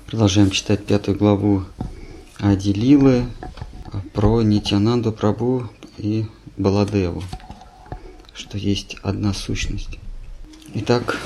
Продолжаем читать 5 главу Ади Лилы про Нитьянанду Прабху и Баладеву, что есть одна сущность. Итак,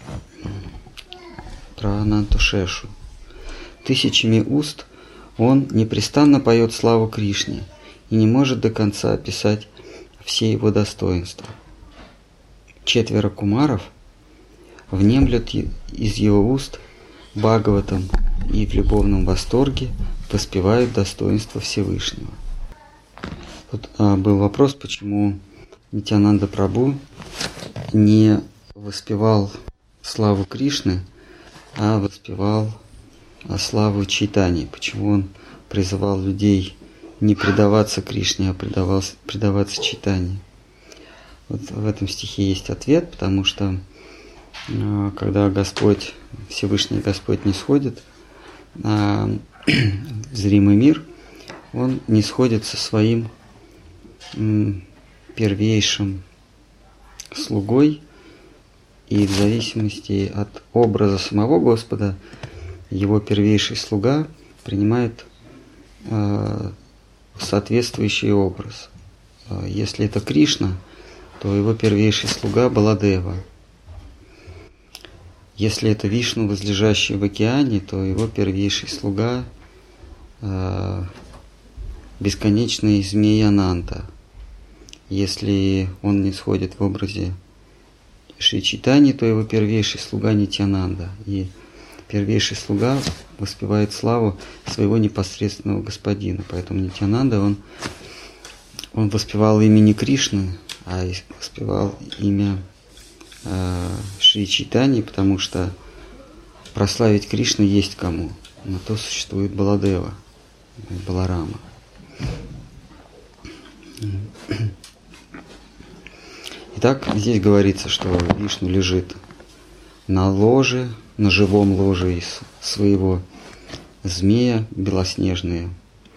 про Ананту Шешу. Тысячами уст он непрестанно поет славу Кришне и не может до конца описать все его достоинства. 4 кумаров внемлют из его уст Бхагаватам и в любовном восторге воспевают достоинство Всевышнего. Тут был вопрос, почему Нитьянанда Прабху не воспевал славу Кришны, а воспевал славу Чайтаньи. Почему он призывал людей не предаваться Кришне, а предаваться Чайтаньи. Вот в этом стихе есть ответ, потому что когда Господь, Всевышний Господь не сходит в зримый мир, Он не сходит со своим первейшим слугой, и в зависимости от образа самого Господа, его первейший слуга принимает соответствующий образ. Если это Кришна, то его первейший слуга Баладева. Если это Вишну, возлежащий в океане, то его первейший слуга бесконечный змей Ананта. Если он не сходит в образе Шри Чайтаньи, то его первейший слуга Нитьянанда. И первейший слуга воспевает славу своего непосредственного господина. Поэтому Нитьянанда, он воспевал имени Кришны, а воспевал имя Шри Чайтаньи, потому что прославить Кришну есть кому. На то существует Баладева, Баларама. Итак, здесь говорится, что Вишну лежит на ложе, на живом ложе из своего змея, белоснежные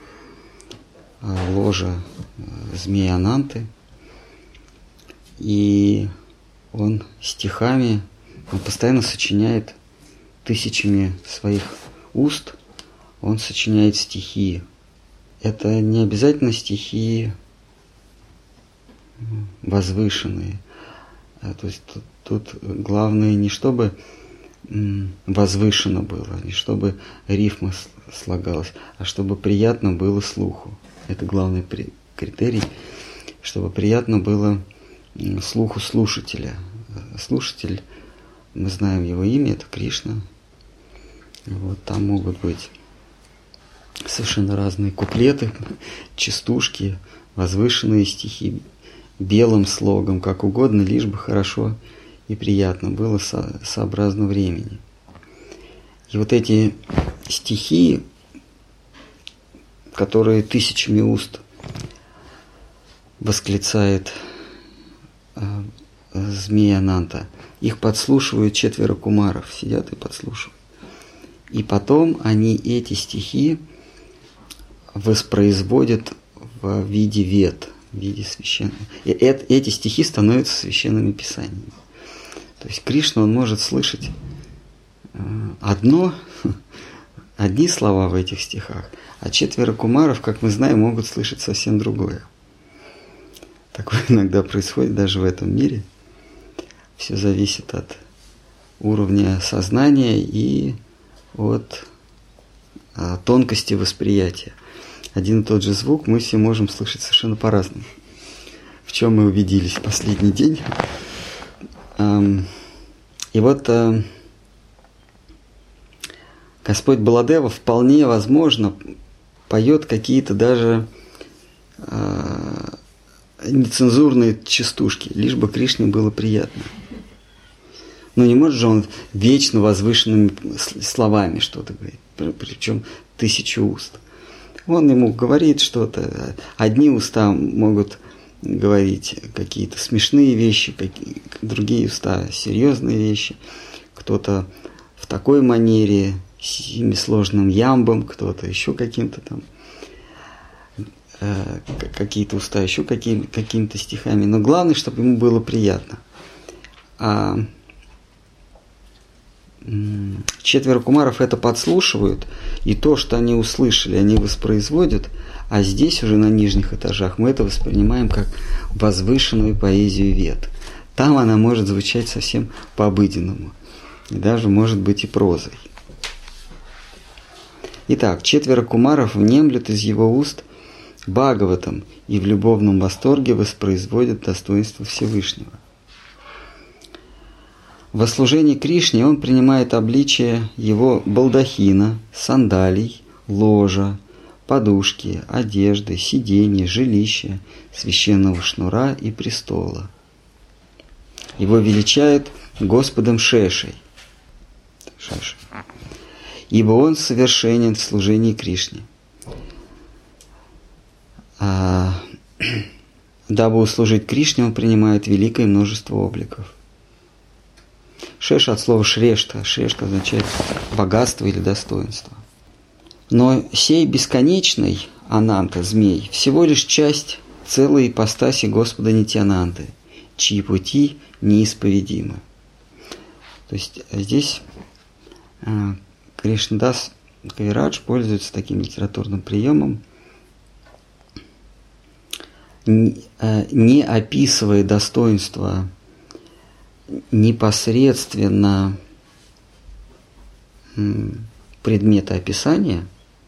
ложа змея Ананты, и он стихами, он постоянно сочиняет тысячами своих уст, он сочиняет стихи. Это не обязательно стихи возвышенные. То есть тут главное не чтобы возвышено было, не чтобы рифма слагалась, а чтобы приятно было слуху. Это главный критерий, чтобы приятно было слуху слушателя. Слушатель, мы знаем его имя, это Кришна. Вот, там могут быть совершенно разные куплеты, частушки, возвышенные стихи, белым слогом, как угодно, лишь бы хорошо и приятно было сообразно времени. И вот эти стихи, которые тысячами уст восклицает змей Ананта, их подслушивают 4 кумаров, сидят и подслушивают. И потом они эти стихи воспроизводят в виде вед, в виде священных. И эти стихи становятся священными писаниями. То есть Кришна, он может слышать одни слова в этих стихах, а 4 кумаров, как мы знаем, могут слышать совсем другое. Такое иногда происходит даже в этом мире. Все зависит от уровня сознания и от тонкости восприятия. Один и тот же звук мы все можем слышать совершенно по-разному. В чем мы убедились в последний день. И вот Господь Баладева вполне возможно поет какие-то даже нецензурные частушки, лишь бы Кришне было приятно. Но не может же он вечно возвышенными словами что-то говорить, причем 1000 уст. Он ему говорит что-то, одни уста могут говорить какие-то смешные вещи, другие уста серьезные вещи, кто-то в такой манере, семисложным ямбом, кто-то еще каким-то там, какие-то уста еще какими-то стихами. Но главное, чтобы ему было приятно. 4 кумаров это подслушивают, и то, что они услышали, они воспроизводят, а здесь уже на нижних этажах мы это воспринимаем как возвышенную поэзию Вед. Там она может звучать совсем по-обыденному, и даже может быть и прозой. Итак, 4 кумаров внемлют из его уст Бхагаватам и в любовном восторге воспроизводят достоинство Всевышнего. Во служении Кришне он принимает обличие его балдахина, сандалий, ложа, подушки, одежды, сиденья, жилища, священного шнура и престола. Его величают Господом Шешей, ибо он совершенен в служении Кришне. Дабы услужить Кришне, он принимает великое множество обликов. Шеша от слова шрешта. Шрешта означает богатство или достоинство. Но сей бесконечный Ананта, змей, всего лишь часть целой ипостаси Господа Нитьянанды, чьи пути неисповедимы. То есть здесь Кришнадас Кавирадж пользуется таким литературным приемом, не описывая достоинства непосредственно предмета описания,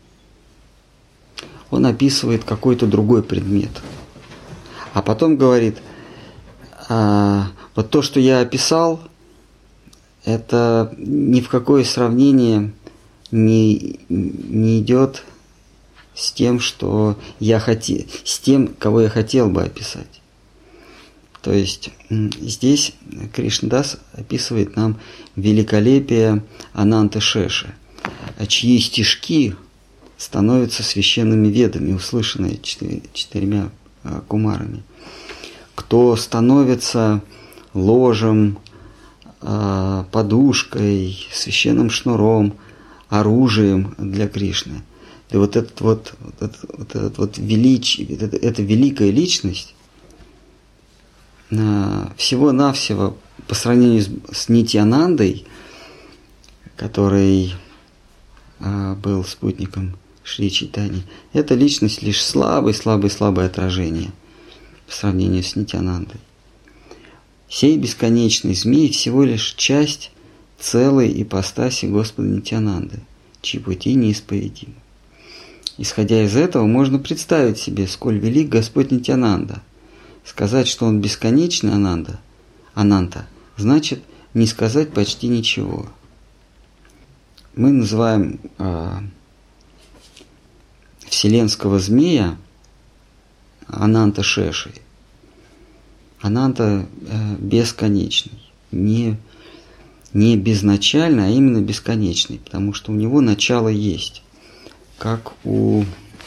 он описывает какой-то другой предмет. А потом говорит, вот то, что я описал, это ни в какое сравнение не идет с тем, с тем, кого я хотел бы описать. То есть здесь Кришнадас описывает нам великолепие Ананты Шеши, чьи стишки становятся священными ведами, услышанные 4 кумарами. Кто становится ложем, подушкой, священным шнуром, оружием для Кришны. И эта великая личность всего-навсего по сравнению с Нитьянандой, который был спутником Шри Чайтаньи, эта личность лишь слабое отражение по сравнению с Нитьянандой. Сей бесконечный змей всего лишь часть целой ипостаси Господа Нитьянанды, чьи пути неисповедимы. Исходя из этого, можно представить себе, сколь велик Господь Нитьянанда. Сказать, что он бесконечный Ананта, значит не сказать почти ничего. Мы называем вселенского змея Ананта Шешей. Ананта бесконечный, не безначальный, а именно бесконечный, потому что у него начало есть, как у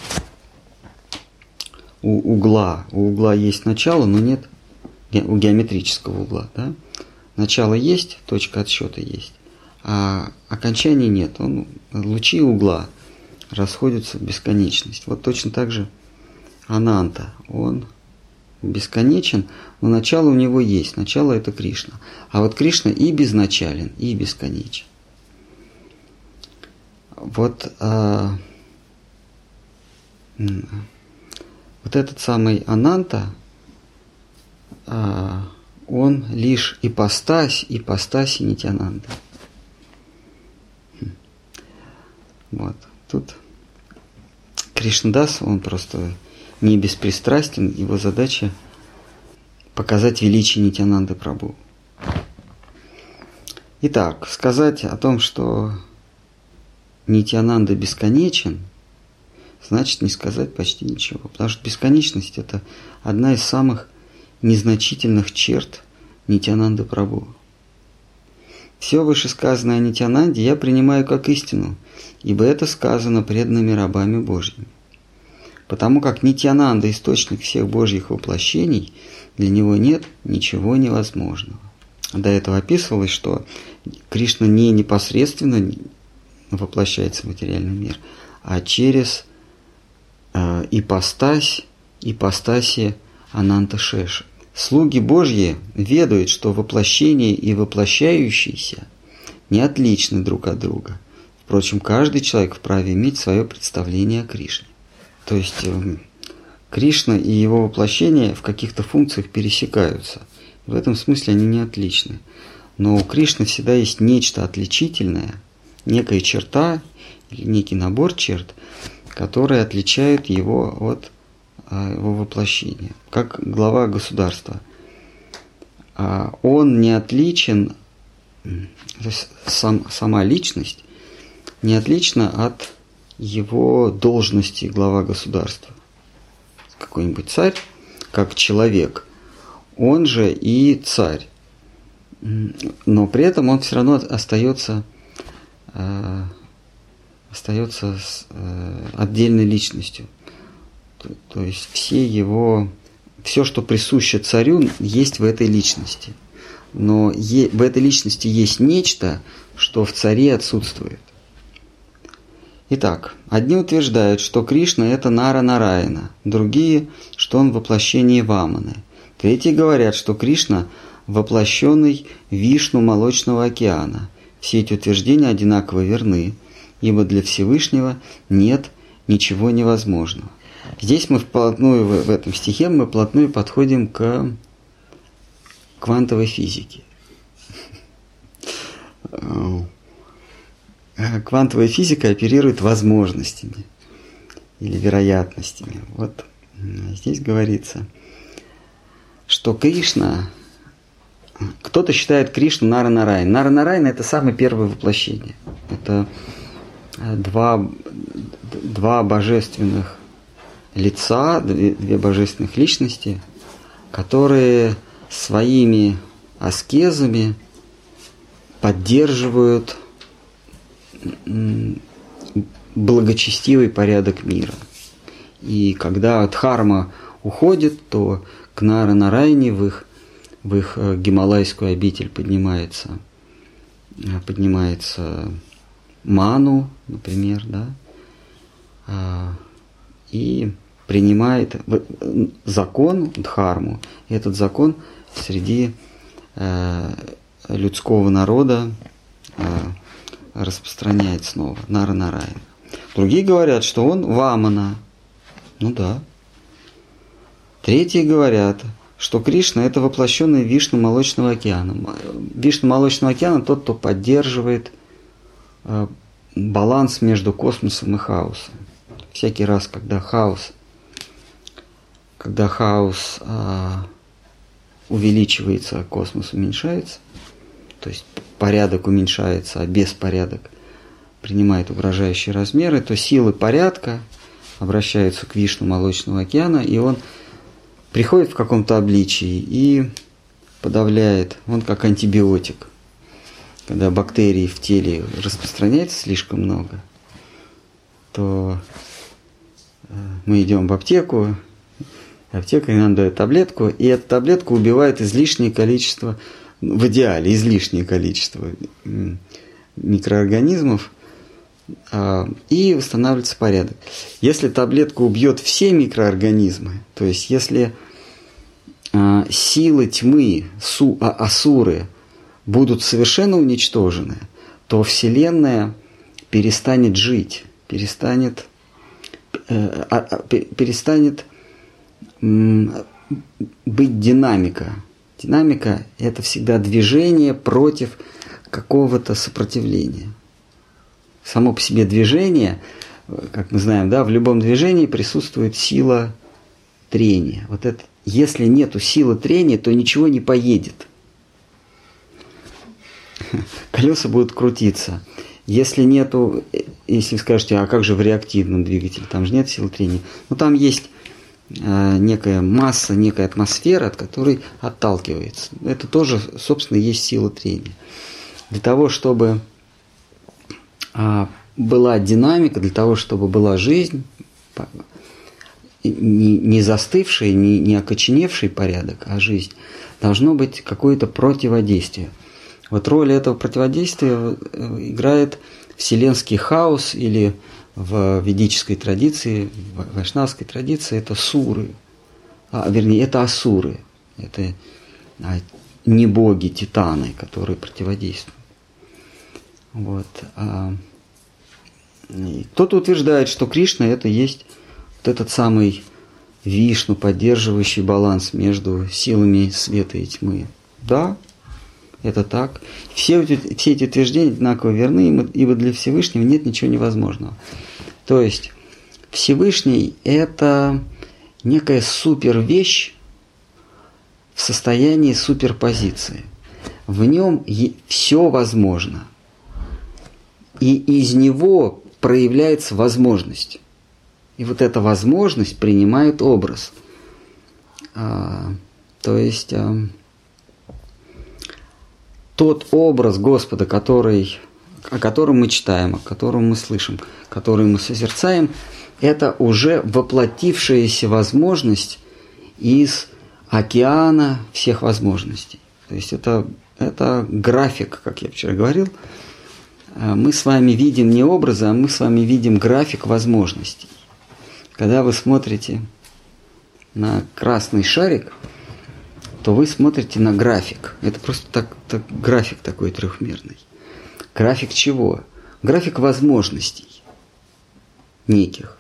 угла. У угла есть начало, но нет у геометрического угла. Да? Начало есть, точка отсчета есть, а окончания нет. Лучи угла расходятся в бесконечность. Вот точно так же Ананта. Он бесконечен, но начало у него есть. Начало – это Кришна. А вот Кришна и безначален, и бесконечен. Вот этот самый Ананта, он лишь ипостаси Нитьянанды. Вот. Тут Кришнадас, он просто не беспристрастен, его задача показать величие Нитьянанды Прабху. Итак, сказать о том, что Нитьянанда бесконечен, значит не сказать почти ничего. Потому что бесконечность – это одна из самых незначительных черт Нитьянанды Прабху. Все вышесказанное о Нитьянанде я принимаю как истину, ибо это сказано преданными рабами Божьими. Потому как Нитьянанда – источник всех Божьих воплощений, для него нет ничего невозможного. До этого описывалось, что Кришна не непосредственно воплощается в материальный мир, а через ипостаси Ананта Шеши. Слуги Божьи ведают, что воплощение и воплощающийся не отличны друг от друга. Впрочем, каждый человек вправе иметь свое представление о Кришне. То есть Кришна и его воплощение в каких-то функциях пересекаются. В этом смысле они не отличны. Но у Кришны всегда есть нечто отличительное, некая черта или некий набор черт, которые отличают его от его воплощения. Как глава государства. Он не отличен, то есть сама личность не отлична от его должности глава государства. Какой-нибудь царь, как человек, он же и царь. Но при этом он все равно остается отдельной личностью. То есть все, что присуще царю, есть в этой личности. Но в этой личности есть нечто, что в царе отсутствует. Итак, одни утверждают, что Кришна – это Нара-Нараяна, другие, что он воплощение Ваманы. Третьи говорят, что Кришна – воплощенный Вишну Молочного океана. Все эти утверждения одинаково верны, ибо для Всевышнего нет ничего невозможного. Здесь мы в этом стихе мы вплотную подходим к квантовой физике. Квантовая физика оперирует возможностями или вероятностями. Вот здесь говорится, что Кришна, кто-то считает Кришну Нара-Нараяна. Нара-Нараяна – это самое первое воплощение. Это два божественных лица, две божественных личности, которые своими аскезами поддерживают благочестивый порядок мира. И когда Дхарма уходит, то к Нара-Нараяне в их гималайскую обитель поднимается Ману, например, да, и принимает закон Дхарму. И этот закон среди людского народа распространяет снова Нара-Нараяна. Другие говорят, что он Вамана. Ну да. Третьи говорят, что Кришна – это воплощенный Вишну Молочного океана. Вишну Молочного океана – тот, кто поддерживает баланс между космосом и хаосом. Всякий раз, когда хаос увеличивается, а космос уменьшается, то есть порядок уменьшается, а беспорядок принимает угрожающие размеры, то силы порядка обращаются к Вишну Молочного океана, и он приходит в каком-то обличии и подавляет, он как антибиотик. Когда бактерий в теле распространяется слишком много, то мы идем в аптеку, аптекарь нам дает таблетку, и эта таблетка убивает излишнее количество, в идеале излишнее количество микроорганизмов, и восстанавливается порядок. Если таблетка убьет все микроорганизмы, то есть если силы тьмы, асуры, будут совершенно уничтожены, то Вселенная перестанет жить, перестанет быть динамика. Динамика – это всегда движение против какого-то сопротивления. Само по себе движение, как мы знаем, да, в любом движении присутствует сила трения. Вот это, если нету силы трения, то ничего не поедет. Колеса будут крутиться. Если вы скажете, а как же в реактивном двигателе, там же нет силы трения. Но там есть некая масса, некая атмосфера, от которой отталкивается. Это тоже, собственно, есть сила трения. Для того, чтобы была динамика, для того, чтобы была жизнь, не застывший, не окоченевший порядок, а жизнь, должно быть какое-то противодействие. Вот роль этого противодействия играет вселенский хаос, или в ведической традиции, в вайшнавской традиции это суры, это асуры, это не боги, титаны, которые противодействуют. Вот. Кто-то утверждает, что Кришна это есть вот этот самый Вишну, поддерживающий баланс между силами света и тьмы. Да, это так. Все эти утверждения одинаково верны, ибо для Всевышнего нет ничего невозможного. То есть Всевышний – это некая супервещь в состоянии суперпозиции. В нем все возможно. И из него проявляется возможность. И вот эта возможность принимает образ. То есть тот образ Господа, о котором мы читаем, о котором мы слышим, который мы созерцаем, это уже воплотившаяся возможность из океана всех возможностей. То есть это график, как я вчера говорил. Мы с вами видим не образы, а мы с вами видим график возможностей. Когда вы смотрите на красный шарик, то вы смотрите на график. Это просто график такой трехмерный. График чего? График возможностей неких.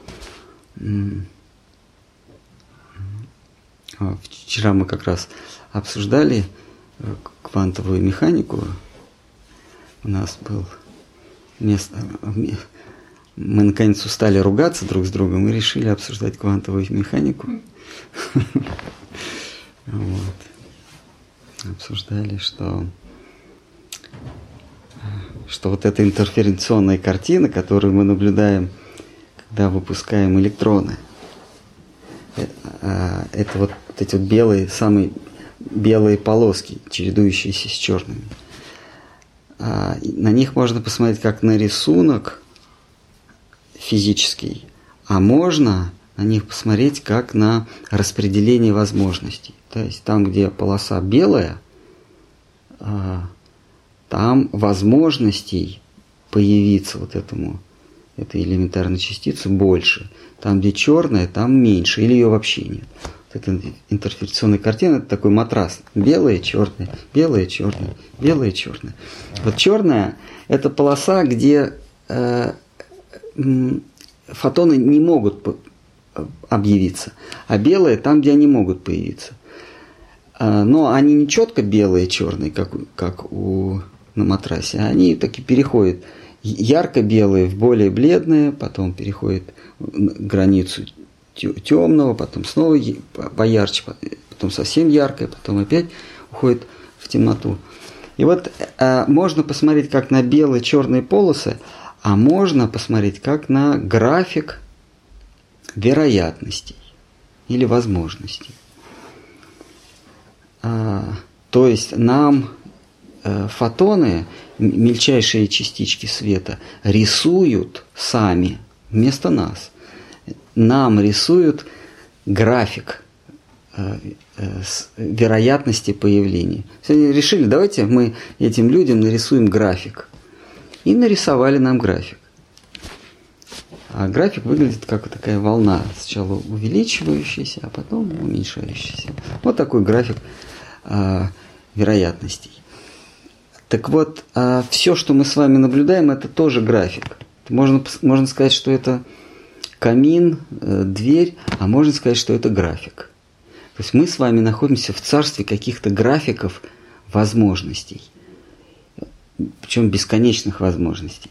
Вчера мы как раз обсуждали квантовую механику. У нас был мы наконец устали ругаться друг с другом и решили обсуждать квантовую механику. Обсуждали, что вот эта интерференционная картина, которую мы наблюдаем, когда выпускаем электроны, это вот эти вот белые, самые белые полоски, чередующиеся с черными. На них можно посмотреть как на рисунок физический, а можно на них посмотреть как на распределение возможностей. То есть там, где полоса белая, там возможностей появиться этой элементарной частице больше. Там, где черная, там меньше, или ее вообще нет. Вот эта интерференционная картина – это такой матрас. Белое, черное, белое, черное, белое, черное. Вот черная – это полоса, где фотоны не могут объявиться, а белая – там, где они могут появиться. Но они не четко белые, черные, как на матрасе, а они таки переходят ярко-белые в более бледные, потом переходят границу темного, потом снова поярче, потом совсем яркое, потом опять уходит в темноту. И вот можно посмотреть как на белые, черные полосы, а можно посмотреть как на график вероятностей или возможностей. То есть нам фотоны, мельчайшие частички света, рисуют сами вместо нас. Нам рисуют график вероятности появления. Они решили, давайте мы этим людям нарисуем график. И нарисовали нам график. А график выглядит как такая волна, сначала увеличивающаяся, а потом уменьшающаяся. Вот такой график вероятностей. Так вот, все, что мы с вами наблюдаем, это тоже график. Можно сказать, что это камин, дверь, а можно сказать, что это график. То есть мы с вами находимся в царстве каких-то графиков возможностей. Причем бесконечных возможностей.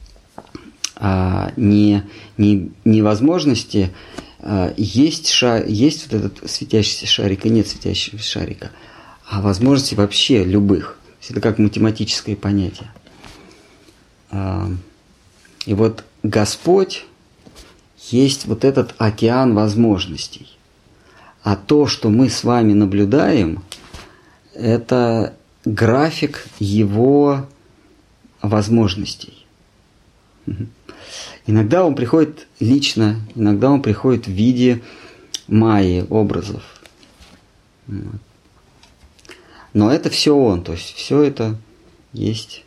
Не возможности, есть вот этот светящийся шарик и нет светящегося шарика, а возможности вообще любых. Это как математическое понятие. И вот Господь есть вот этот океан возможностей. А то, что мы с вами наблюдаем, это график его возможностей. Иногда он приходит лично, иногда он приходит в виде майи, образов. Но это все он, то есть все это есть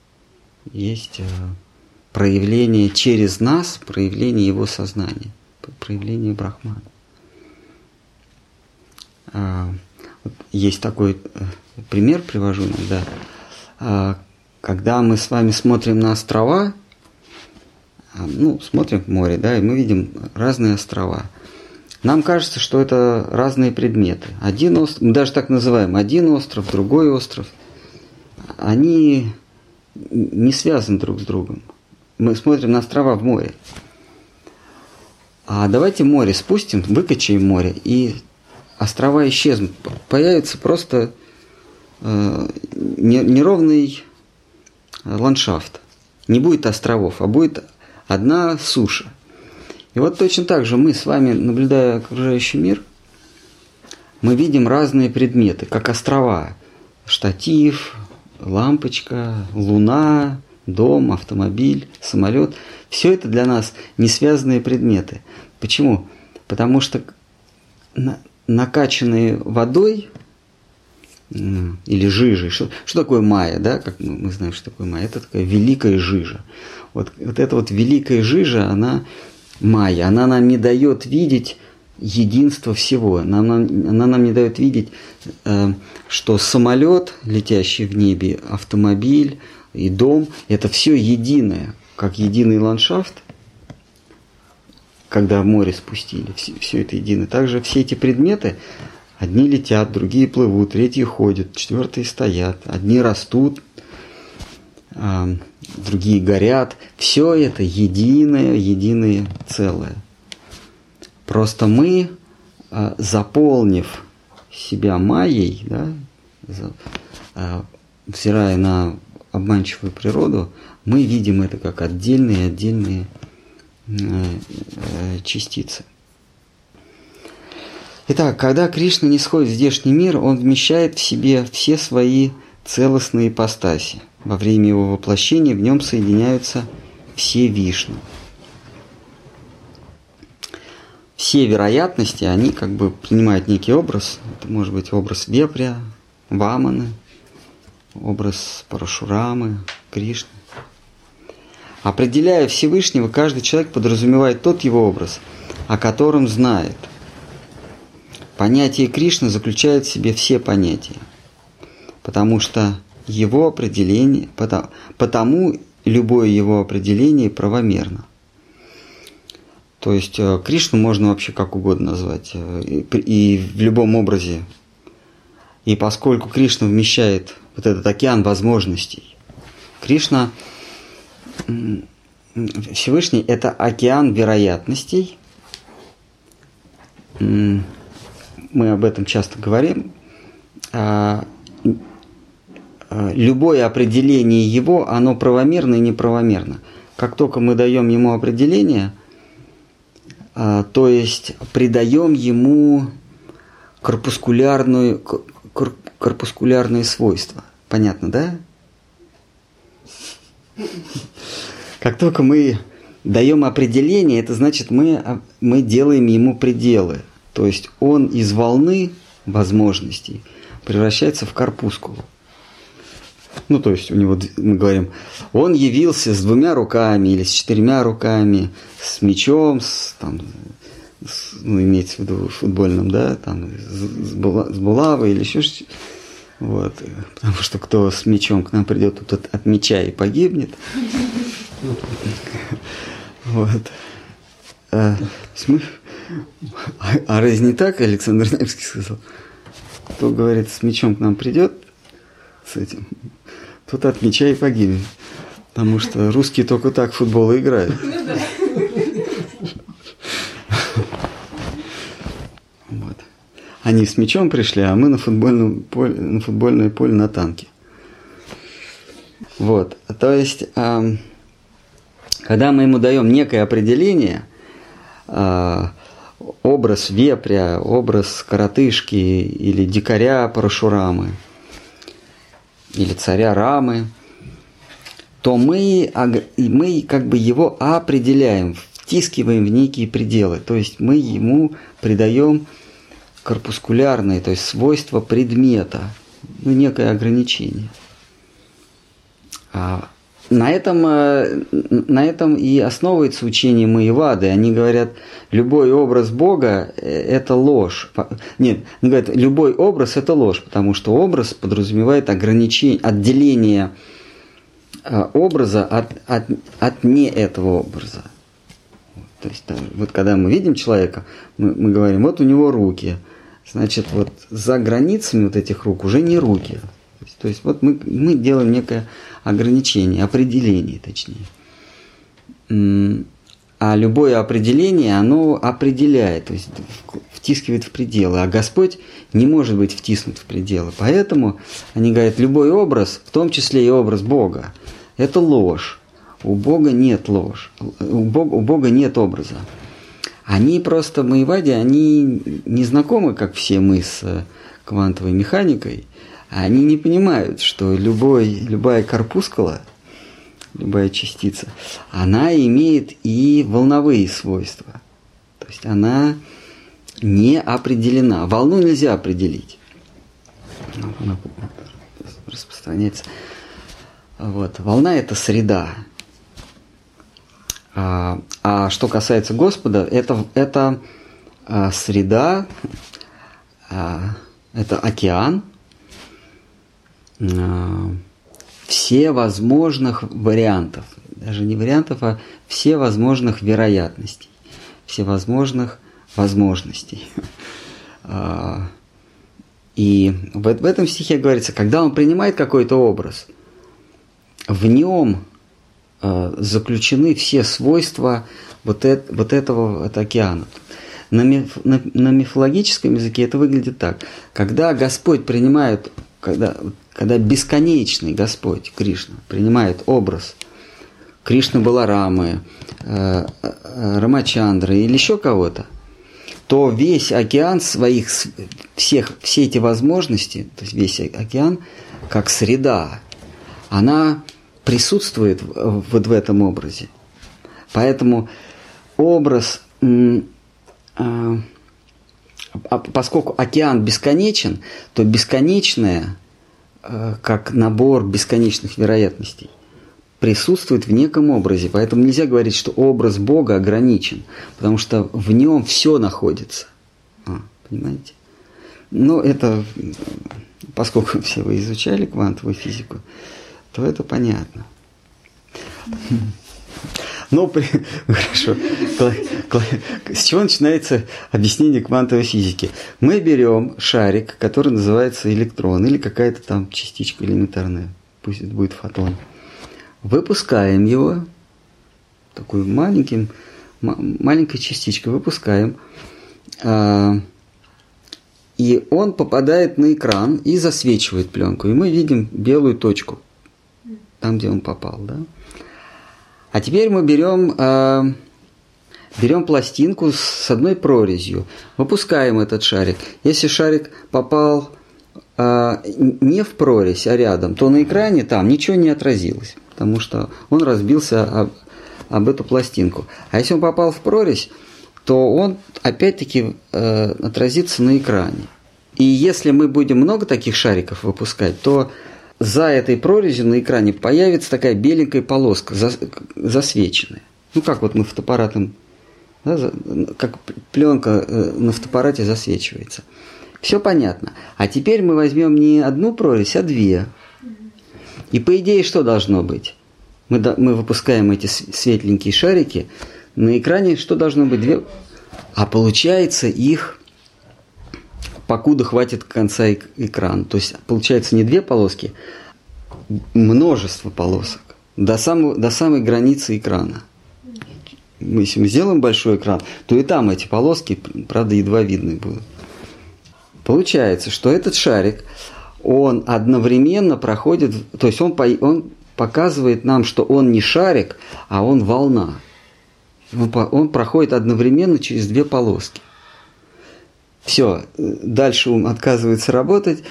проявление через нас, проявление его сознания, проявление Брахмана. Вот есть такой пример, привожу иногда, когда мы с вами смотрим на острова, смотрим в море, да, и мы видим разные острова. Нам кажется, что это разные предметы. Один остров, мы даже так называем, один остров, другой остров. Они не связаны друг с другом. Мы смотрим на острова в море. А давайте море спустим, выкачаем море, и острова исчезнут. Появится просто неровный ландшафт. Не будет островов, а будет одна суша. И вот точно так же мы с вами, наблюдая окружающий мир, мы видим разные предметы, как острова. Штатив, лампочка, луна, дом, автомобиль, самолет. Все это для нас не связанные предметы. Почему? Потому что накачанные водой или жижей. Что такое майя, да? Как мы знаем, что такое майя? Это такая великая жижа. Вот эта вот великая жижа, она майя, она нам не дает видеть единство всего. Она нам не дает видеть, что самолет, летящий в небе, автомобиль и дом, это все единое, как единый ландшафт, когда в море спустили, все это единое. Также все эти предметы, одни летят, другие плывут, третьи ходят, четвертые стоят, одни растут, другие горят. Все это единое целое. Просто мы, заполнив себя майей, да, взирая на обманчивую природу, мы видим это как отдельные частицы. Итак, когда Кришна не сходит в здешний мир, он вмещает в себе все свои целостные ипостаси. Во время его воплощения в нем соединяются все Вишну. Все вероятности, они как бы принимают некий образ. Это может быть образ Вепря, Ваманы, образ Парашурамы, Кришны. Определяя Всевышнего, каждый человек подразумевает тот его образ, о котором знает. Понятие Кришны заключает в себе все понятия, потому что его определение, потому любое его определение правомерно. То есть Кришну можно вообще как угодно назвать, и в любом образе. И поскольку Кришна вмещает вот этот океан возможностей, Кришна, Всевышний – это океан вероятностей. Мы об этом часто говорим. Любое определение его, оно правомерно и неправомерно. Как только мы даем ему определение, то есть придаем ему корпускулярные свойства. Понятно, да? Как только мы даем определение, это значит, мы делаем ему пределы. То есть он из волны возможностей превращается в корпускулу. То есть у него, мы говорим, он явился с 2 руками или с 4 руками, с мячом, имеется в виду футбольным, да, с булавой или еще что-то. Вот. Потому что кто с мячом к нам придет, тот от мяча и погибнет. Вот. А разве не так, Александр Невский сказал? Кто, говорит, с мячом к нам придет, с этим, тот от мяча и погибнет. Потому что русские только так в футбол и играют. Вот. Они с мячом пришли, а мы на футбольное поле на танке. Вот. То есть, когда мы ему даем некое определение, образ вепря, образ коротышки или дикаря Парашурамы, или царя Рамы, то мы как бы его определяем, втискиваем в некие пределы. То есть мы ему придаем корпускулярные, то есть свойства предмета, некое ограничение. На этом и основывается учение Майявады. Они говорят, любой образ Бога – это ложь. Нет, они говорят, любой образ – это ложь, потому что образ подразумевает ограничение, отделение образа от не этого образа. То есть, вот когда мы видим человека, мы говорим, вот у него руки. Значит, вот за границами вот этих рук уже не руки. То есть вот мы делаем некое ограничение, определение точнее. А любое определение, оно определяет, то есть втискивает в пределы. А Господь не может быть втиснут в пределы. Поэтому они говорят, любой образ, в том числе и образ Бога, это ложь. У Бога нет ложь. У Бога нет образа. Они просто, маевади, они не знакомы, как все мы, с квантовой механикой. Они не понимают, что любая корпускула, любая частица, она имеет и волновые свойства. То есть она не определена. Волну нельзя определить. Она распространяется. Вот. Волна – это среда. А что касается Господа, это среда, это океан всевозможных вариантов, даже не вариантов, а всевозможных вероятностей, всевозможных возможностей. И в этом стихе говорится, когда он принимает какой-то образ, в нем заключены все свойства вот этого океана. На мифологическом языке это выглядит так. Когда Господь принимает, когда бесконечный Господь, Кришна, принимает образ Кришны Баларамы, Рамачандры или еще кого-то, то весь океан все эти возможности, то есть весь океан, как среда, она присутствует вот в этом образе. Поэтому образ, поскольку океан бесконечен, то бесконечное, как набор бесконечных вероятностей, присутствует в неком образе. Поэтому нельзя говорить, что образ Бога ограничен, потому что в нем все находится. Понимаете? Но это, поскольку все вы изучали квантовую физику, то это понятно. Ну, хорошо. С чего начинается объяснение квантовой физики? Мы берем шарик, который называется электрон, или какая-то там частичка элементарная, пусть это будет фотон. Выпускаем его, такой маленькой частичкой выпускаем, и он попадает на экран и засвечивает пленку. И мы видим белую точку, там, где он попал. Да? А теперь мы берем пластинку с одной прорезью, выпускаем этот шарик. Если шарик попал не в прорезь, а рядом, то на экране там ничего не отразилось, потому что он разбился об эту пластинку. А если он попал в прорезь, то он опять-таки отразится на экране. И если мы будем много таких шариков выпускать, то за этой прорезью на экране появится такая беленькая полоска, засвеченная. Ну, как вот на фотоаппаратном, да, как пленка на фотоаппарате засвечивается. Все понятно. А теперь мы возьмем не одну прорезь, а две. И по идее что должно быть? Мы выпускаем эти светленькие шарики, на экране что должно быть? Две. А получается их, покуда хватит конца экрана. То есть получается не две полоски, множество полосок до самой границы экрана. Если мы сделаем большой экран, то и там эти полоски, правда, едва видны будут. Получается, что этот шарик, он одновременно проходит, то есть он показывает нам, что он не шарик, а он волна. Он проходит одновременно через две полоски. Все, дальше ум отказывается работать.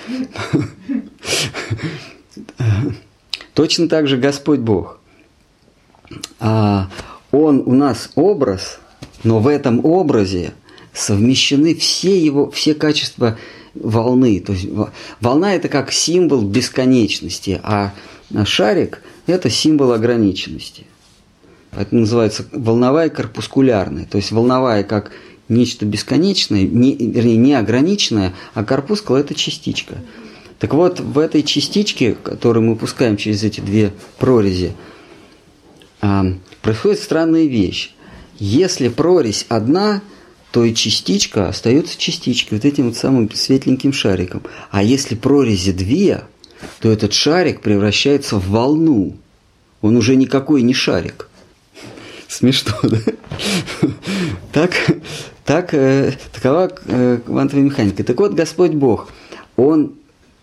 Точно так же Господь Бог. Он у нас образ, но в этом образе совмещены все качества волны. То есть волна – это как символ бесконечности, а шарик – это символ ограниченности. Поэтому называется волновая корпускулярная. То есть волновая как нечто бесконечное, вернее, не ограниченное, а корпускула – это частичка. Так вот, в этой частичке, которую мы пускаем через эти две прорези, происходит странная вещь. Если прорезь одна, то и частичка остается частичкой, вот этим вот самым светленьким шариком. А если прорези две, то этот шарик превращается в волну. Он уже никакой не шарик. Смешно, да? Такова квантовая механика. Так вот, Господь Бог, Он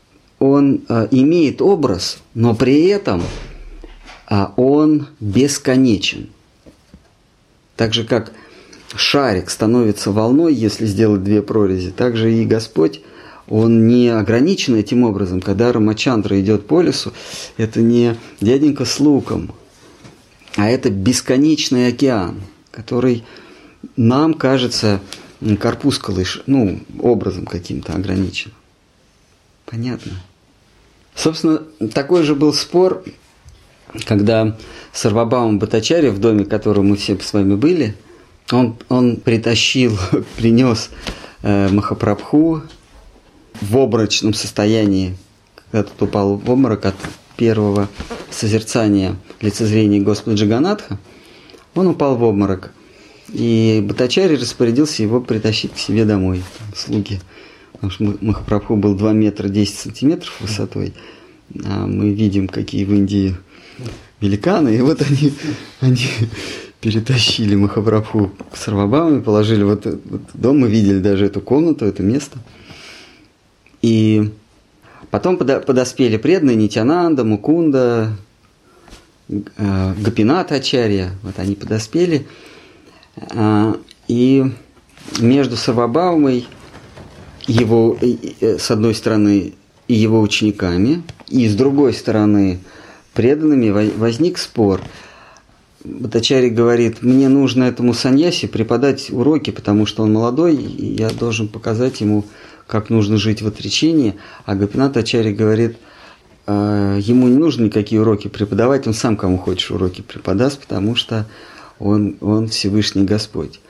имеет образ, но при этом Он бесконечен. Так же, как шарик становится волной, если сделать две прорези, так же и Господь, Он не ограничен этим образом. Когда Рамачандра идет по лесу, это не дяденька с луком, а это бесконечный океан, который нам кажется корпускулой, образом каким-то ограничен. Понятно? Собственно, такой же был спор, когда Сарвабхаума Бхаттачарья, в доме, в котором мы все с вами были, он принес Махапрабху в обморочном состоянии, когда тот упал в обморок от первого созерцания лицезрения Господа Джаганатха, он упал в обморок. И Бхаттачарья распорядился его притащить к себе домой, слуги. Потому что Махапрабху был 2 метра 10 сантиметров высотой, а мы видим, какие в Индии великаны. И вот они перетащили Махапрабху к Сарвабхауме, положили вот дом, мы видели даже эту комнату, это место. И потом подоспели преданные Нитьянанда, Мукунда, Гопинат Ачарья, вот они подоспели. И между Сарвабхаумой, его, с одной стороны, и его учениками, и с другой стороны, преданными возник спор. Бхаттачарья говорит: мне нужно этому саньяси преподать уроки, потому что он молодой, и я должен показать ему, как нужно жить в отречении. А Гопинат Ачарья говорит: ему не нужно никакие уроки преподавать, он сам кому хочешь уроки преподаст, потому что он Всевышний Господь.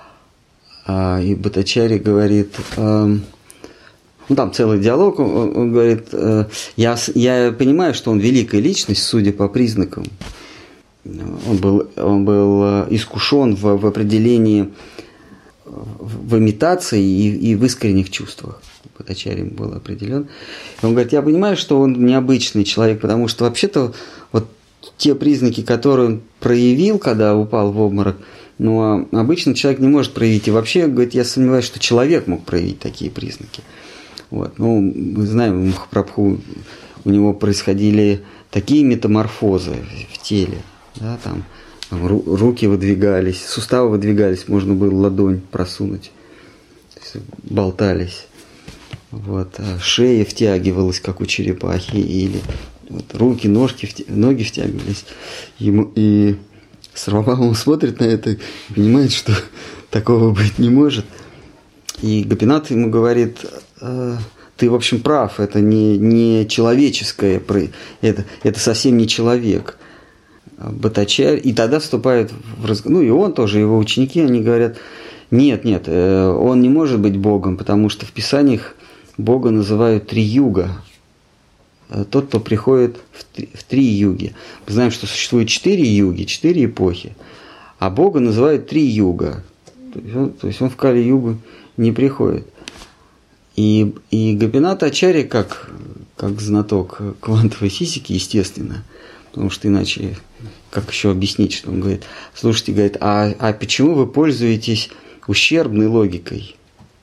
И Бхаттачарья говорит, там целый диалог, он говорит: я понимаю, что он великая личность, судя по признакам. Он был искушен в определении, в имитации и в искренних чувствах. Бхаттачарья был определен. И он говорит: я понимаю, что он необычный человек, потому что вообще-то вот те признаки, которые он проявил, когда упал в обморок, но обычно человек не может проявить. И вообще, говорит, я сомневаюсь, что человек мог проявить такие признаки. Вот. Мы знаем, у Махапрабху у него происходили такие метаморфозы в теле. Да, там руки выдвигались, суставы выдвигались, можно было ладонь просунуть, болтались. Вот. Шея втягивалась, как у черепахи, или вот, руки, ноги втягивались. И Сарвабхаума смотрит на это и понимает, что такого быть не может. И Гопинат ему говорит: ты, в общем, прав, это не человеческое, это совсем не человек. Бхаттачарья, и тогда вступает в разговор, и он тоже, его ученики, они говорят: нет, он не может быть Богом, потому что в Писаниях Бога называют Три-юга. Тот, кто приходит в 3 юги. Мы знаем, что существует 4 юги, 4 эпохи, а Бога называют 3 юга. То есть он в Кали-югу не приходит. И Гопинат Ачарья, как знаток квантовой физики, естественно, потому что иначе как еще объяснить, что он говорит: слушайте, говорит, а почему вы пользуетесь ущербной логикой?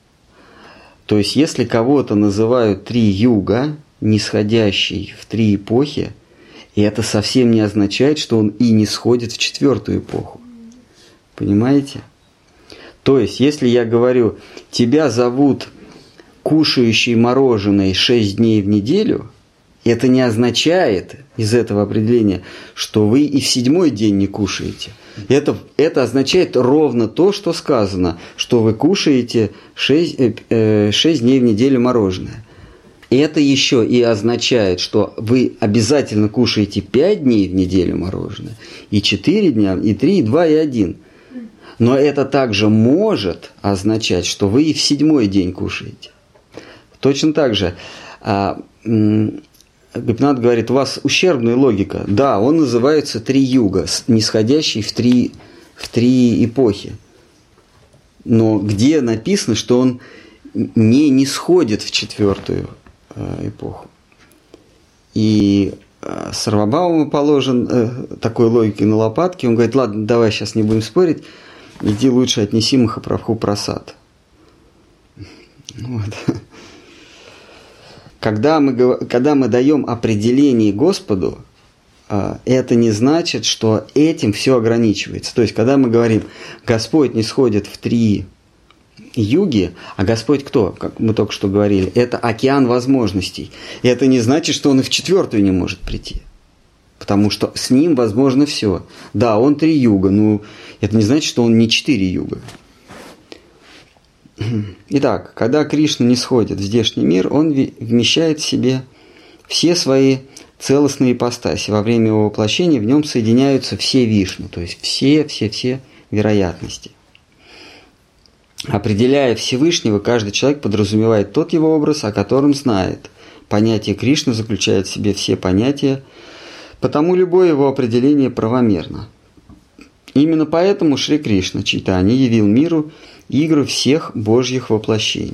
То есть, если кого-то называют 3 юга, нисходящий в 3 эпохи, и это совсем не означает, что он и не сходит в 4-ю эпоху. Понимаете? То есть, если я говорю: тебя зовут кушающий мороженое 6 дней в неделю, это не означает из этого определения, что вы и в 7-й день не кушаете. Это означает ровно то, что сказано, что вы кушаете 6 дней в неделю мороженое. И это еще и означает, что вы обязательно кушаете 5 дней в неделю мороженое, и 4 дня, и 3, и 2, и 1. Но это также может означать, что вы и в 7-й день кушаете. Точно так же Гопинат говорит, у вас ущербная логика. Да, он называется три юга, нисходящий в три эпохи. Но где написано, что он не нисходит в четвертую эпоху? И Сарвабхаума положен такой логикой на лопатки. Он говорит, ладно, давай сейчас не будем спорить, иди лучше отнеси Махапрабху Прасад. Вот. Когда мы даем определение Господу, это не значит, что этим все ограничивается. То есть, когда мы говорим, Господь нисходит в три юги, а Господь кто? Как мы только что говорили, это океан возможностей. И это не значит, что Он и в четвертую не может прийти. Потому что с Ним возможно все. Да, Он три юга, но это не значит, что Он не четыре юга. Итак, когда Кришна нисходит в здешний мир, он вмещает в себе все свои целостные ипостаси. Во время его воплощения в нем соединяются все Вишну, то есть все вероятности. Определяя Всевышнего, каждый человек подразумевает тот его образ, о котором знает. Понятие Кришны заключает в себе все понятия, потому любое его определение правомерно. Именно поэтому Шри Кришна Чайтанья явил миру игры всех божьих воплощений.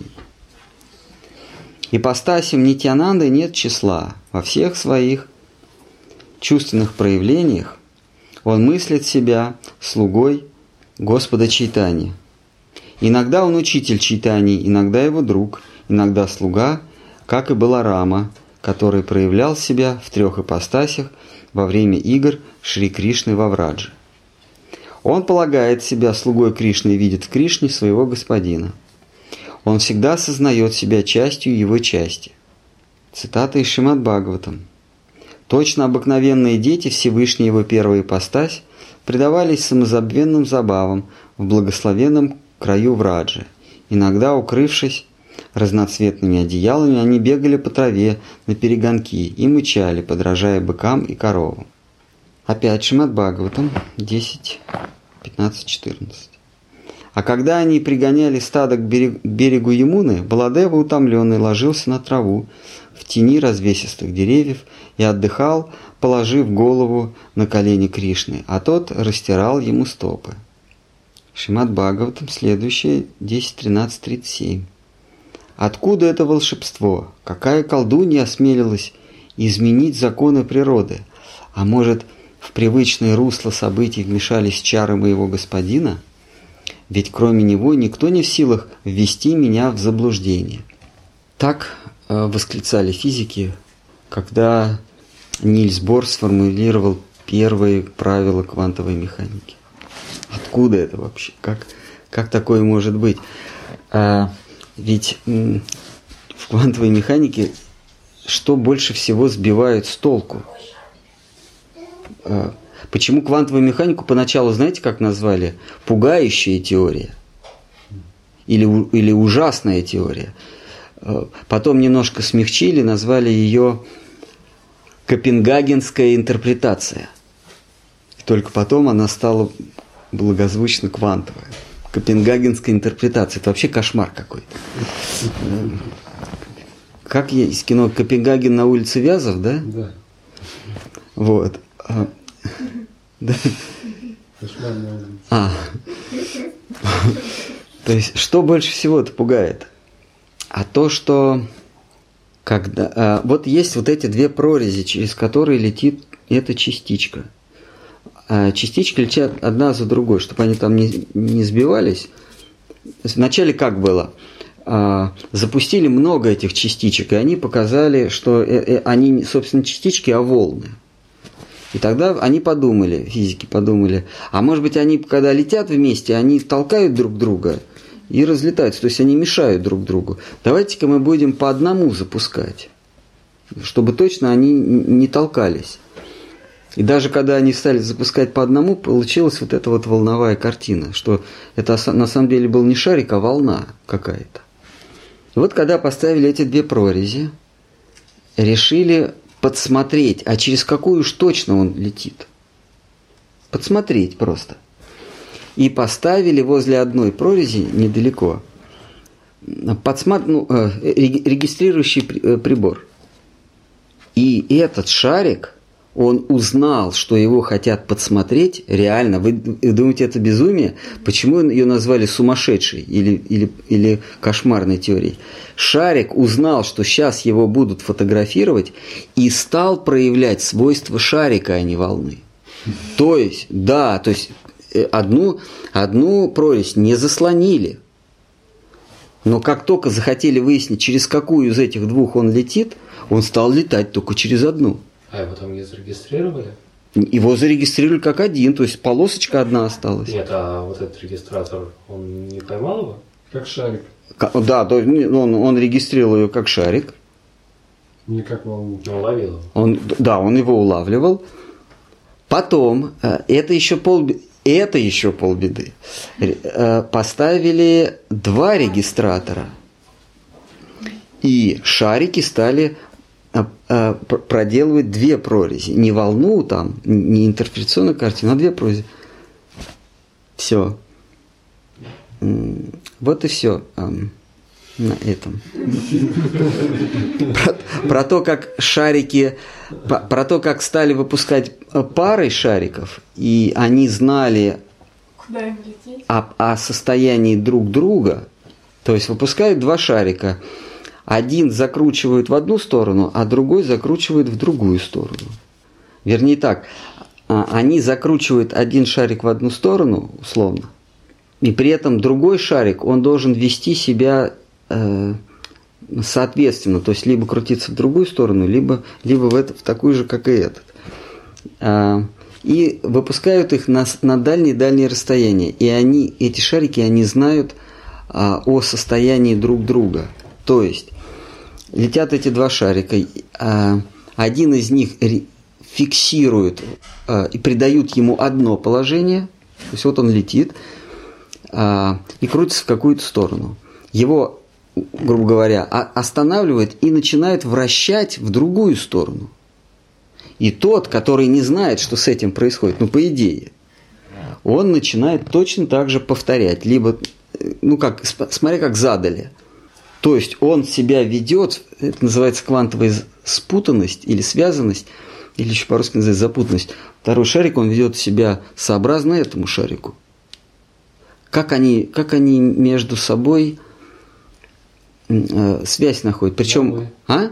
Ипостасям Нитьянанды нет числа. Во всех своих чувственных проявлениях он мыслит себя слугой Господа Чайтаньи. Иногда он учитель Чайтаньи, иногда его друг, иногда слуга, как и Баларама, который проявлял себя в трех ипостасях во время игр Шри Кришны во Врадже. Он полагает себя слугой Кришны и видит в Кришне своего господина. Он всегда осознает себя частью его части. Цитата из Шримад Бхагаватам. Точно обыкновенные дети, Всевышний его первая ипостась, предавались самозабвенным забавам в благословенном краю Враджи. Иногда, укрывшись разноцветными одеялами, они бегали по траве на перегонки и мычали, подражая быкам и коровам. Опять Шримад Бхагаватам 10, 15, 14. А когда они пригоняли стадо к берегу Ямуны, Баладева, утомленный, ложился на траву в тени развесистых деревьев и отдыхал, положив голову на колени Кришны, а тот растирал ему стопы. Шримад Бхагаватам, следующее, 10, 13, 37. Откуда это волшебство? Какая колдунья осмелилась изменить законы природы? А может, в привычное русло событий вмешались чары моего господина? Ведь кроме него никто не в силах ввести меня в заблуждение. Так восклицали физики, когда Нильс Бор сформулировал первые правила квантовой механики. Откуда это вообще? Как такое может быть? Ведь в квантовой механике что больше всего сбивает с толку? Почему квантовую механику поначалу, знаете, как назвали? Пугающая теория. Или ужасная теория. Потом немножко смягчили, назвали ее Копенгагенская интерпретация. Только потом она стала благозвучно квантовая. Копенгагенская интерпретация. Это вообще кошмар какой-то. Как есть кино «Копенгаген на улице Вязов», да? Да. Вот. Да. То есть, что больше всего-то пугает? А то, что когда вот есть вот эти две прорези, через которые летит эта частичка. Частички летят одна за другой, чтобы они там не сбивались. Вначале как было? Запустили много этих частичек, и они показали, что они, собственно, частички, а волны. И тогда они подумали, физики подумали, а может быть, они, когда летят вместе, они толкают друг друга и разлетаются, то есть они мешают друг другу. Давайте-ка мы будем по одному запускать, чтобы точно они не толкались. И даже когда они стали запускать по одному, получилась вот эта вот волновая картина, что это на самом деле был не шарик, а волна какая-то. И вот когда поставили эти две прорези, решили подсмотреть, а через какую уж точно он летит. Подсмотреть просто. И поставили возле одной прорези недалеко регистрирующий прибор. И этот шарик, он узнал, что его хотят подсмотреть, реально. Вы думаете, это безумие? Почему ее назвали сумасшедшей или кошмарной теорией? Шарик узнал, что сейчас его будут фотографировать, и стал проявлять свойства шарика, а не волны. То есть, да, то есть одну прорезь не заслонили. Но как только захотели выяснить, через какую из этих двух он летит, он стал летать только через одну. А его там не зарегистрировали? Его зарегистрировали как один, то есть полосочка одна осталась. Нет, а вот этот регистратор, он не поймал его? Как шарик. Да, он регистрировал ее как шарик. Не как волну. Он уловил его. Он его улавливал. Потом, это еще полбеды. Поставили 2 регистратора. И шарики стали проделывать 2 прорези. Не волну там, не интерференционную картину, а 2 прорези. Все. Вот и все на этом. Про то, как шарики, про то, как стали выпускать пары шариков, и они знали о состоянии друг друга. То есть выпускают 2 шарика. Один закручивают в одну сторону, а другой закручивают в другую сторону. Вернее так, они закручивают один шарик в одну сторону, условно, и при этом другой шарик, он должен вести себя соответственно, то есть либо крутиться в другую сторону, либо в такую же, как и этот. И выпускают их на дальние расстояния. И эти шарики, они знают о состоянии друг друга. То есть летят эти 2 шарика, один из них фиксирует и придают ему одно положение, то есть вот он летит и крутится в какую-то сторону. Его, грубо говоря, останавливает и начинает вращать в другую сторону. И тот, который не знает, что с этим происходит, по идее, он начинает точно так же повторять, либо, смотря как задали. То есть он себя ведет, это называется квантовая спутанность или связанность, или еще по-русски называется запутанность. Второй шарик, он ведет себя сообразно этому шарику. Как они между собой связь находят. Причем,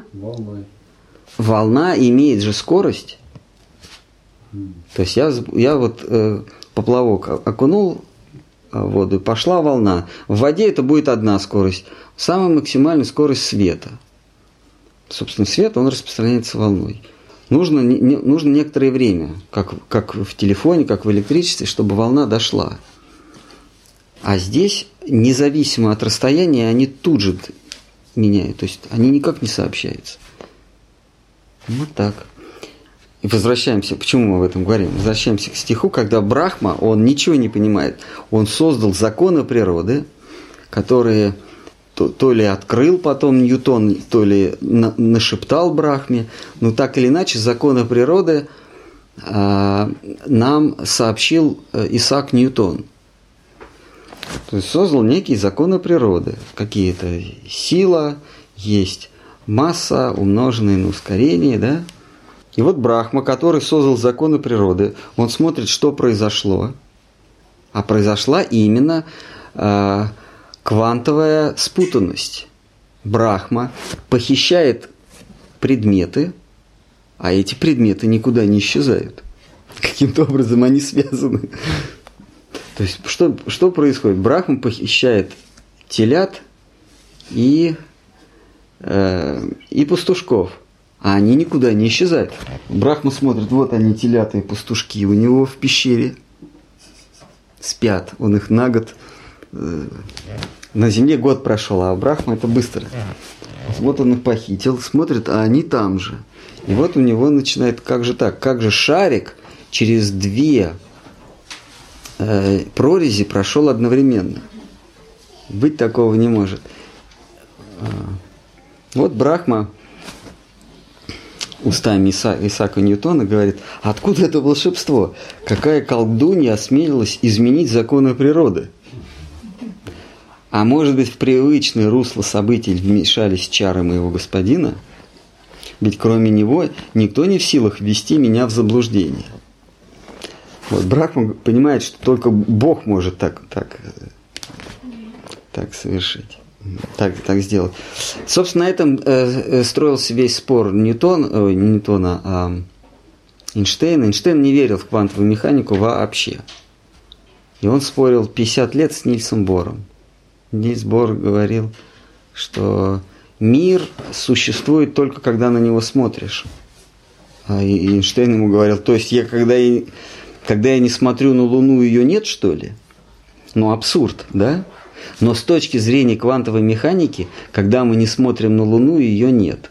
волна имеет же скорость. То есть я вот поплавок окунул в воду, пошла волна. В воде это будет одна скорость. Самая максимальная скорость света. Собственно, свет, он распространяется волной. Нужно некоторое время, как в телефоне, как в электричестве, чтобы волна дошла. А здесь, независимо от расстояния, они тут же меняют. То есть они никак не сообщаются. Вот так. И возвращаемся, почему мы об этом говорим? Возвращаемся к стиху, когда Брахма, он ничего не понимает. Он создал законы природы, которые то ли открыл потом Ньютон, то ли нашептал Брахме. Но так или иначе, законы природы нам сообщил Исаак Ньютон. То есть создал некие законы природы. Какие-то сила, есть масса, умноженная на ускорение, да? И вот Брахма, который создал законы природы, он смотрит, что произошло. А произошла именно квантовая спутанность. Брахма похищает предметы, а эти предметы никуда не исчезают. Каким-то образом они связаны. То есть, что происходит? Брахма похищает телят и пастушков, а они никуда не исчезают. Брахма смотрит, вот они, телята и пастушки, у него в пещере спят, он их на год, на земле год прошел, а Брахма это быстро. Вот он их похитил, смотрит, а они там же. И вот у него начинает, как же так, как же шарик через 2 прорези прошел одновременно. Быть такого не может. Вот Брахма устами Исаака Ньютона говорит, откуда это волшебство? Какая колдунья осмелилась изменить законы природы? А может быть, в привычное русло событий вмешались чары моего господина? ведь кроме него никто не в силах ввести меня в заблуждение. Вот Брахма понимает, что только Бог может так совершить, так сделать. Собственно, на этом строился весь спор не Ньютона, а Эйнштейна. Эйнштейн не верил в квантовую механику вообще. И он спорил 50 лет с Нильсом Бором. Нильс Бор говорил, что мир существует только когда на него смотришь. А Эйнштейн ему говорил, то есть когда я не смотрю на Луну, ее нет, что ли? Ну, абсурд, да? Но с точки зрения квантовой механики, когда мы не смотрим на Луну, ее нет.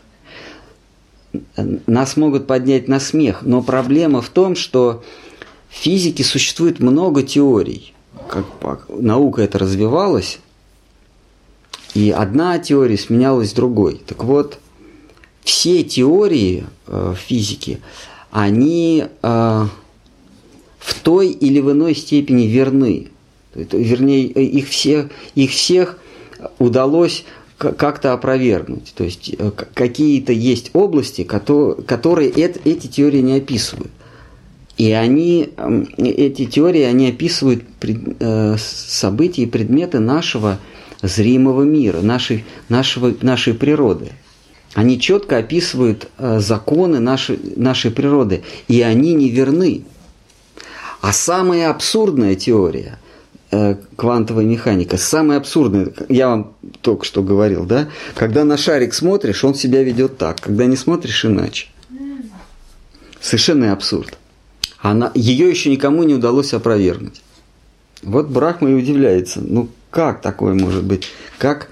Нас могут поднять на смех, но проблема в том, что в физике существует много теорий. Как наука это развивалась, и одна теория сменялась другой. Так вот, все теории в физике, они в той или в иной степени верны. Вернее, их всех удалось как-то опровергнуть. То есть какие-то есть области, которые эти теории не описывают. И эти теории, они описывают события и предметы нашего зримого мира, нашей природы. Они четко описывают законы нашей природы, и они не верны. А самая абсурдная теория, квантовая механика, самая абсурдная, я вам только что говорил, да? Когда на шарик смотришь, он себя ведет так, когда не смотришь, иначе. Совершенный абсурд. Ее еще никому не удалось опровергнуть. Вот Брахма и удивляется, ну как такое может быть? Как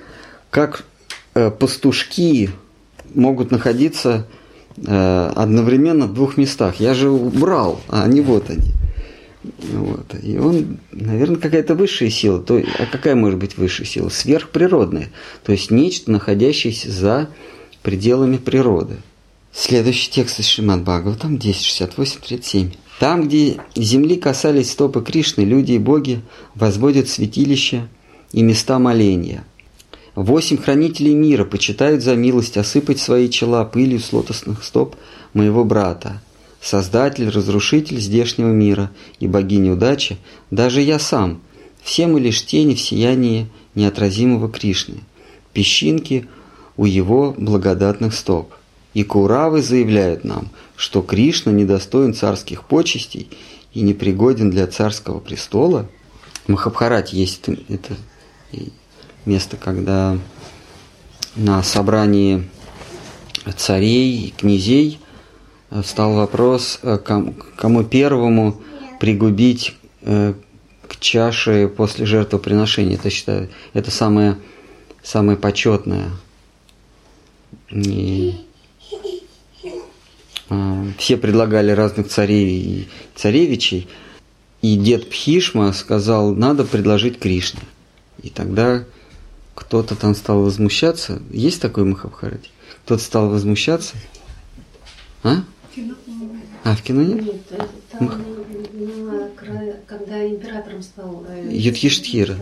пастушки могут находиться одновременно в двух местах? Я же убрал, а не вот они. Вот. И он, наверное, какая-то высшая сила. А какая может быть высшая сила? Сверхприродная. То есть нечто, находящееся за пределами природы. Следующий текст из Шримад Бхагаватам 10.68.37. Там, где земли касались стопы Кришны, люди и боги возводят святилища и места моления. 8 хранителей мира почитают за милость осыпать свои чела пылью с лотосных стоп моего брата. Создатель, разрушитель здешнего мира и богиня удачи, даже я сам, все мы лишь тени в сиянии неотразимого Кришны, песчинки у его благодатных стоп. И Кауравы заявляют нам, что Кришна недостоин царских почестей и непригоден для царского престола. В Махабхарате есть это место, когда на собрании царей и князей встал вопрос, кому первому пригубить к чаше после жертвоприношения. Это, считаю, это самое почетное. И все предлагали разных царей и царевичей, и дед Пхишма сказал, надо предложить Кришне. И тогда кто-то там стал возмущаться. Есть такой в Махабхарате? Кто-то стал возмущаться? А? В кино нет? Нет, там когда императором стал... Юдхиштхира.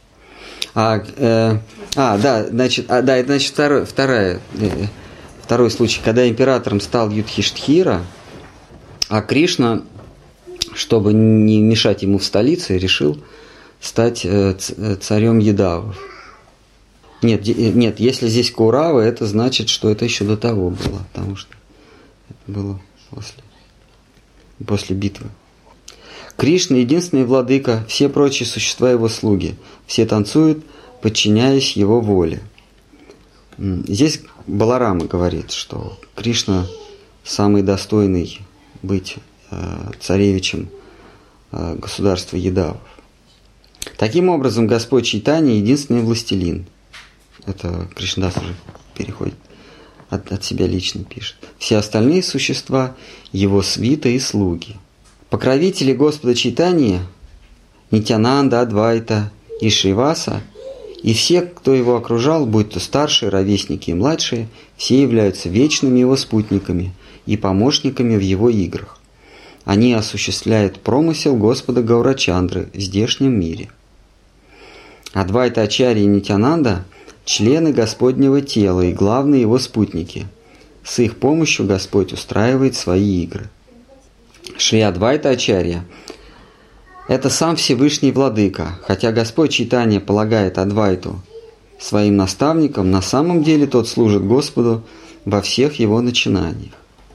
Это значит второй случай, когда императором стал Юдхиштхира, а Кришна, чтобы не мешать ему в столице, решил стать царем Ядавов. Нет, если здесь Кауравы, это значит, что это еще до того было, потому что это было после битвы. Кришна единственный владыка, все прочие существа его слуги, все танцуют, подчиняясь его воле. Здесь Баларама говорит, что Кришна самый достойный быть царевичем государства Ядавов. Таким образом, Господь Чайтанья единственный властелин. Это Кришнадас уже переходит от себя лично пишет. Все остальные существа – его свита и слуги. Покровители Господа Чайтаньи, Нитьянанда, Адвайта и Шриваса, и все, кто его окружал, будь то старшие, ровесники и младшие, все являются вечными его спутниками и помощниками в его играх. Они осуществляют промысел Господа Гаурачандры в здешнем мире. Адвайта Ачарья и Нитьянанда – члены Господнего тела и главные его спутники. с их помощью Господь устраивает свои игры. Шри Адвайта Ачарья – это сам Всевышний Владыка, хотя Господь Чайтанья полагает Адвайту своим наставником, на самом деле тот служит Господу во всех его начинаниях.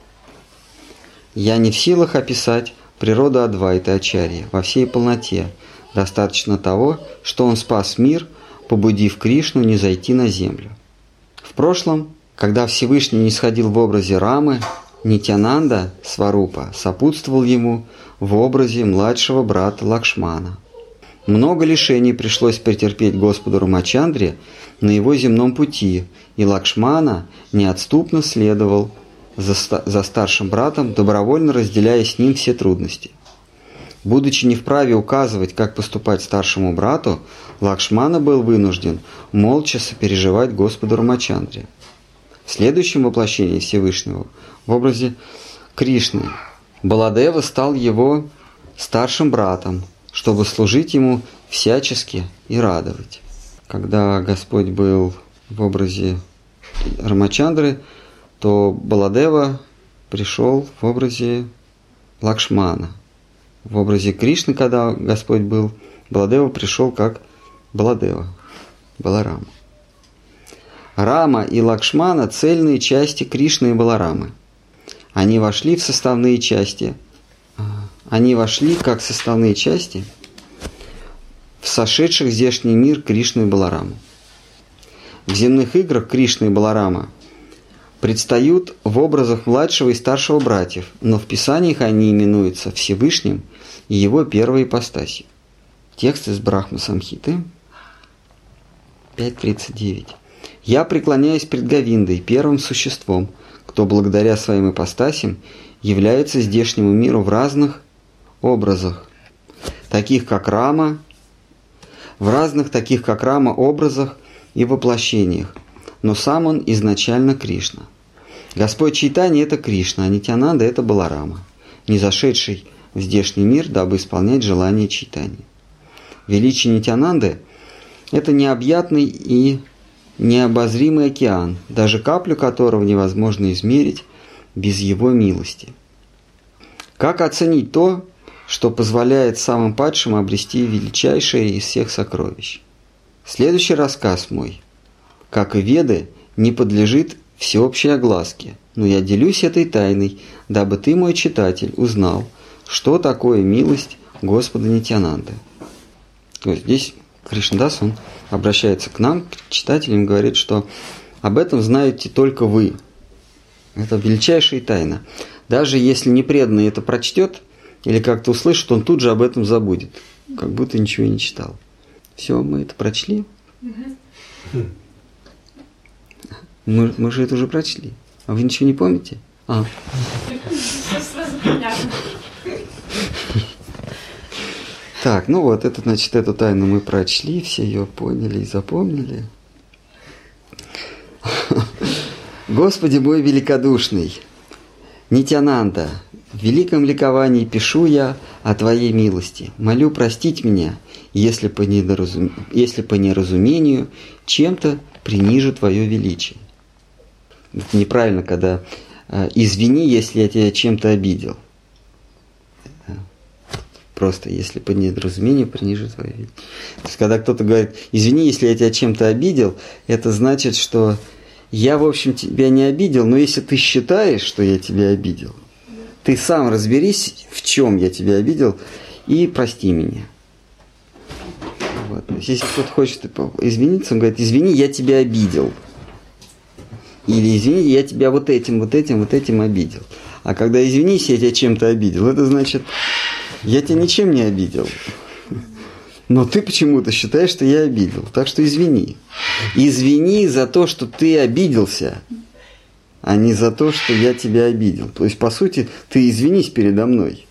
Я не в силах описать природу Адвайта Ачарьи во всей полноте. Достаточно того, что он спас мир, побудив Кришну не зайти на землю. В прошлом, когда Всевышний нисходил в образе Рамы, Нитьянанда Сварупа сопутствовал ему в образе младшего брата Лакшмана. Много лишений пришлось претерпеть Господу Рамачандре на его земном пути, и Лакшмана неотступно следовал за старшим братом, добровольно разделяя с ним все трудности. Будучи не вправе указывать, как поступать старшему брату, Лакшмана был вынужден молча сопереживать Господу Рамачандре. В следующем воплощении Всевышнего, в образе Кришны, Баладева стал его старшим братом, чтобы служить ему всячески и радовать. Когда Господь был в образе Рамачандры, то Баладева пришел в образе Лакшмана. В образе Кришны, когда Господь был, Баладева пришел как Баладева, Баларама. Рама и Лакшмана – цельные части Кришны и Баларамы. Они вошли в составные части. Они вошли как составные части в сошедших в здешний мир Кришну и Балараму. В земных играх Кришна и Баларама предстают в образах младшего и старшего братьев, но в Писаниях они именуются Всевышним и его первой ипостасью. Текст из Брахма Самхиты 5.39. «Я преклоняюсь пред Говиндой, первым существом, кто благодаря своим ипостасям является здешнему миру в разных образах, таких как Рама, образах и воплощениях, но сам он изначально Кришна. Господь Чайтанья – это Кришна, а Нитьянанда – это Баларама, не зашедший в здешний мир, дабы исполнять желания Чайтаньи. Величие Нитьянанды – это необъятный и необозримый океан, даже каплю которого невозможно измерить без его милости. Как оценить то, что позволяет самым падшим обрести величайшее из всех сокровищ? Следующий рассказ мой, как и Веды, не подлежит всеобщей огласке, но я делюсь этой тайной, дабы ты, мой читатель, узнал, что такое милость Господа Нитьянанды. То есть здесь Кришнадас, он обращается к нам, к читателям, говорит, что об этом знаете только вы. Это величайшая тайна. Даже если непреданный это прочтет или как-то услышит, он тут же об этом забудет, как будто ничего не читал. Все, мы это прочли. Мы же это уже прочли. А вы ничего не помните? Так, ну вот, это, значит, эту тайну мы прочли, все ее поняли и запомнили. Господи мой великодушный, Нитьянанда, в великом ликовании пишу я о Твоей милости. Молю простить меня, если по неразумению чем-то принижу Твое величие. Это неправильно, когда извини, если я тебя чем-то обидел. Просто если по недоразумению принижу Твое величие. То есть, когда кто-то говорит, извини, если я тебя чем-то обидел, это значит, что я, в общем, тебя не обидел, но если ты считаешь, что я тебя обидел, ты сам разберись, в чем я тебя обидел, и прости меня. Вот. Если кто-то хочет извиниться, он говорит, извини, я тебя обидел. Или извини, я тебя вот этим обидел. А когда извинись, я тебя чем-то обидел, это значит, я тебя ничем не обидел. Но ты почему-то считаешь, что я обидел. Так что извини. Извини за то, что ты обиделся, а не за то, что я тебя обидел. То есть, по сути, ты извинись передо мной.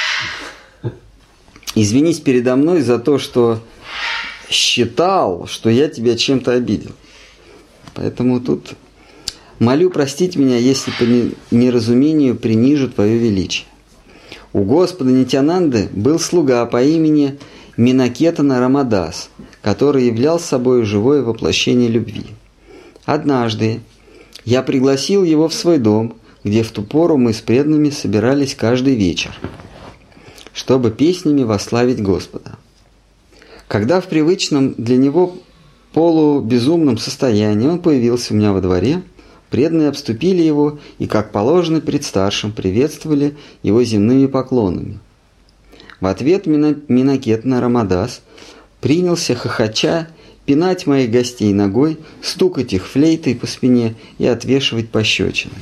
Извинись передо мной за то, что считал, что я тебя чем-то обидел. Поэтому тут молю простить меня, если по неразумению принижу Твое величие. У Господа Нитьянанды был слуга по имени Минакетана Рамадас, который являл собой живое воплощение любви. Однажды, Я пригласил его в свой дом, где в ту пору мы с преданными собирались каждый вечер, чтобы песнями восславить Господа. Когда в привычном для него полубезумном состоянии он появился у меня во дворе, преданные обступили его и, как положено перед старшим, приветствовали его земными поклонами. В ответ Минакетна Рамадас принялся, хохоча, пинать моих гостей ногой, стукать их флейтой по спине и отвешивать пощечины.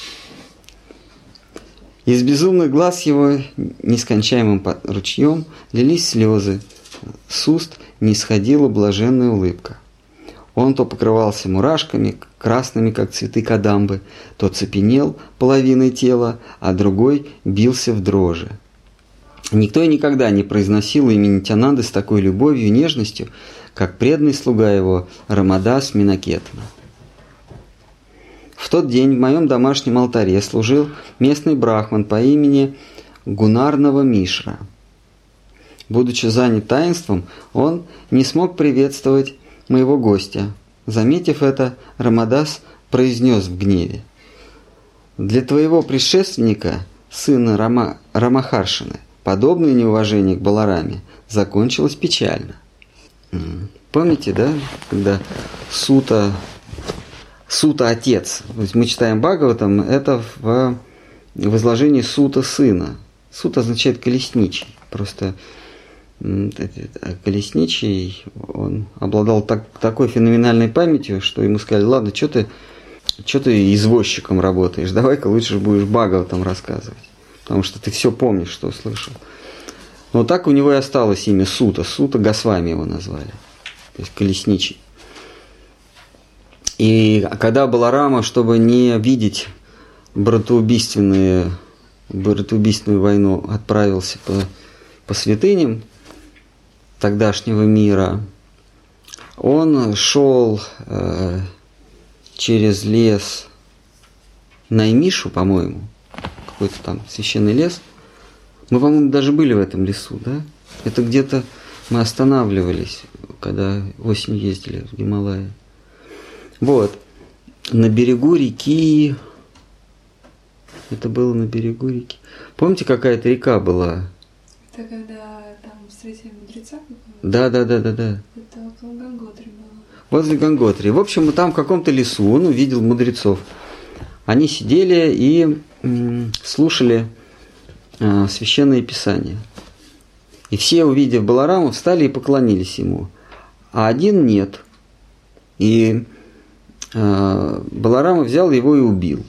Из безумных глаз его нескончаемым ручьем лились слезы, с уст не сходила блаженная улыбка. Он то покрывался мурашками, красными, как цветы кадамбы, то цепенел половиной тела, а другой бился в дрожи. Никто и никогда не произносил имя Нитьянанды с такой любовью и нежностью, как преданный слуга его Рамадас Минакетна. В тот день в моем домашнем алтаре служил местный брахман по имени Гунарнава Мишра. Будучи занят таинством, он не смог приветствовать моего гостя. Заметив это, Рамадас произнес в гневе: «Для твоего предшественника, сына Рамахаршины, подобное неуважение к Балараме закончилось печально». Помните, да, когда Сута отец, то есть мы читаем Бхагаватам, это в изложении Сута сына. Сута означает колесничий, просто колесничий, он обладал такой феноменальной памятью, что ему сказали: ладно, что ты извозчиком работаешь, давай-ка лучше будешь Бхагаватам рассказывать, потому что ты все помнишь, что слышал. Но так у него и осталось имя Сута Госвами его назвали, то есть колесничий. И когда Баларама, чтобы не видеть братоубийственную войну, отправился по святыням тогдашнего мира, он шел через лес Наймишу, по-моему, какой-то там священный лес. Мы, по-моему, даже были в этом лесу, да? Это где-то мы останавливались, когда осенью ездили в Гималайи. Вот. На берегу реки... Это было на берегу реки. Помните, какая-то река была? Это когда там встретили мудреца? Да. Это около Ганготри было. Возле Ганготри. В общем, там в каком-то лесу он увидел мудрецов. Они сидели и слушали священное писание. И все, увидев Балараму, встали и поклонились ему. А один нет. И Баларама взял его и убил.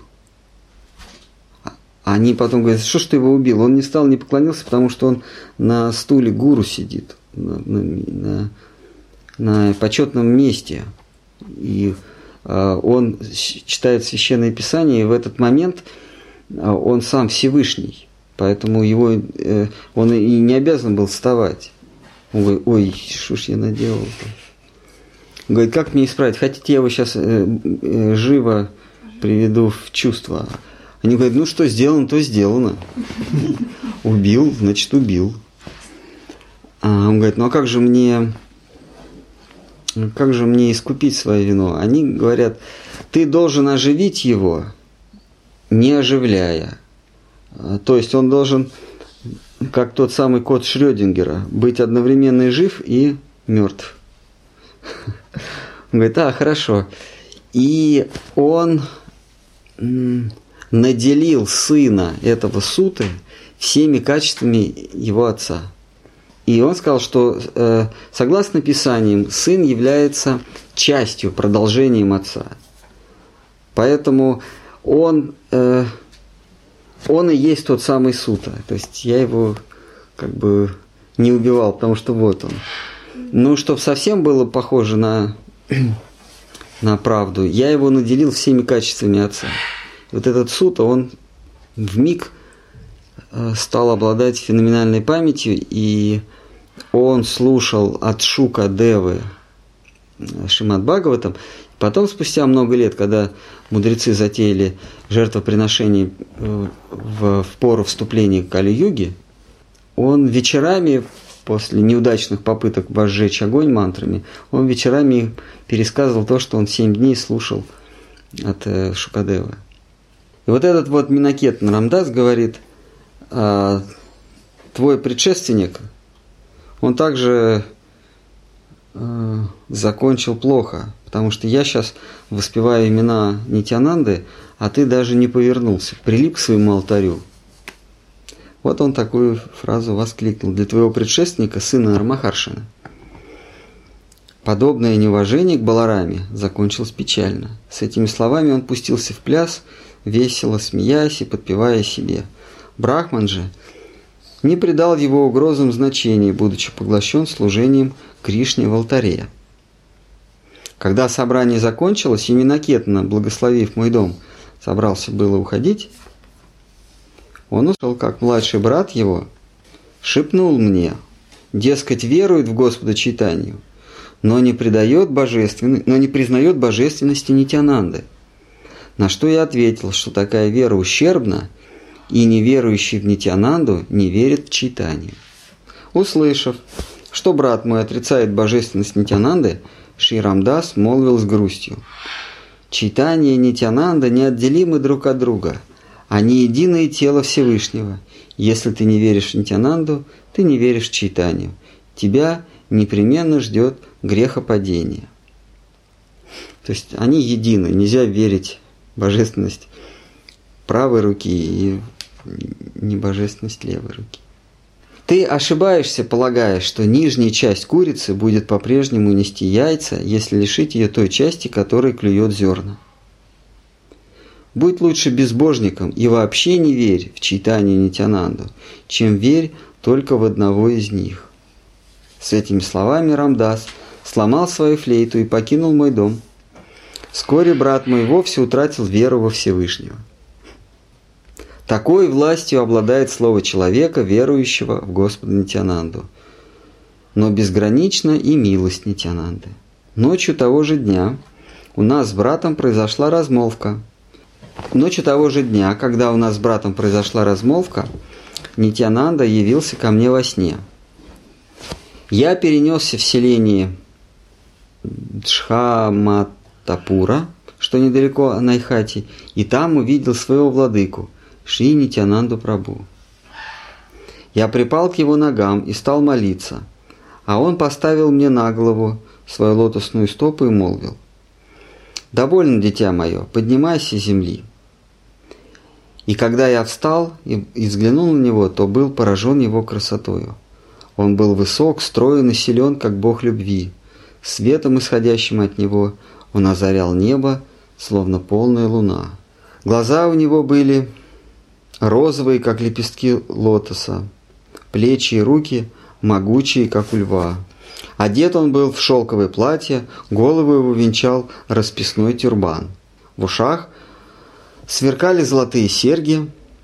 Они потом говорят: что ж ты его убил? Он не встал, не поклонился, потому что он на стуле гуру сидит, на почетном месте. И он читает священное писание, и в этот момент он сам Всевышний. Поэтому он и не обязан был вставать. Он говорит: ой, что ж я наделал-то? Он говорит: как мне исправить? Хотите, я его сейчас живо приведу в чувство? Они говорят: ну что сделано, то сделано. Убил, значит убил. Он говорит: ну а как же мне искупить свою вину? Они говорят: ты должен оживить его, не оживляя. То есть он должен, как тот самый кот Шрёдингера, быть одновременно и жив, и мертв. Он говорит: хорошо. И он наделил сына этого Суты всеми качествами его отца. И он сказал, что согласно Писаниям, сын является частью, продолжением отца. Поэтому он и есть тот самый Сута. То есть я его как бы не убивал, потому что вот он. Ну, чтобы совсем было похоже на правду, я его наделил всеми качествами отца. Вот этот Сута, он вмиг стал обладать феноменальной памятью, и он слушал от Шука Девы Шримад Бхагаватам. Потом, спустя много лет, когда мудрецы затеяли жертвоприношение в пору вступления к Кали-юге, он вечерами, после неудачных попыток возжечь огонь мантрами, он вечерами пересказывал то, что он 7 дней слушал от Шукадевы. И вот этот вот Минакетан Рамдас говорит, твой предшественник, он также закончил плохо, потому что я сейчас воспеваю имена Нитьянанды, а ты даже не повернулся, прилип к своему алтарю. Вот он такую фразу воскликнул. Для твоего предшественника, сына Рамахаршина. Подобное неуважение к Балараме закончилось печально. С этими словами он пустился в пляс, весело смеясь и подпевая себе. Брахман же не придал его угрозам значения, будучи поглощен служением Кришне в алтаре. Когда собрание закончилось, и Минакетана, благословив мой дом, собрался было уходить, он услышал, как младший брат его шепнул мне, дескать, верует в Господа Чайтанью, но не признает божественности Нитьянанды. На что я ответил, что такая вера ущербна, и неверующий в Нитьянанду не верит в Чайтанью. Услышав, что брат мой отрицает божественность Нитьянанды, Шри Рамдас молвил с грустью: Чайтанья и Нитьянанда неотделимы друг от друга. Они единое тело Всевышнего. Если ты не веришь в Нитьянанду, ты не веришь в Чайтанью. Тебя непременно ждет грехопадение. То есть они едины. Нельзя верить в божественность правой руки и небожественность левой руки. Ты ошибаешься, полагая, что нижняя часть курицы будет по-прежнему нести яйца, если лишить ее той части, которая клюет зерна. Будь лучше безбожником и вообще не верь в Чайтанью и Нитьянанду, чем верь только в одного из них. С этими словами Рамдас сломал свою флейту и покинул мой дом. Вскоре брат мой вовсе утратил веру во Всевышнего. Такой властью обладает слово человека, верующего в Господа Нитьянанду. Но безгранична и милость Нитьянанды. Ночью того же дня у нас с братом произошла размолвка. Когда у нас с братом произошла размолвка, Нитьянанда явился ко мне во сне. Я перенесся в селение Джхаматапура, что недалеко от Найхати, и там увидел своего владыку, Шри Нитьянанду Прабху. Я припал к его ногам и стал молиться, а он поставил мне на голову свою лотосную стопу и молвил: «Довольно, дитя мое, поднимайся с земли». И когда я встал и взглянул на него, то был поражен его красотою. Он был высок, строен и силен, как Бог любви. Светом, исходящим от него, он озарял небо, словно полная луна. Глаза у него были розовые, как лепестки лотоса, плечи и руки могучие, как у льва. Одет он был в шелковое платье, голову его венчал расписной тюрбан. В ушах сверкали золотые серьги,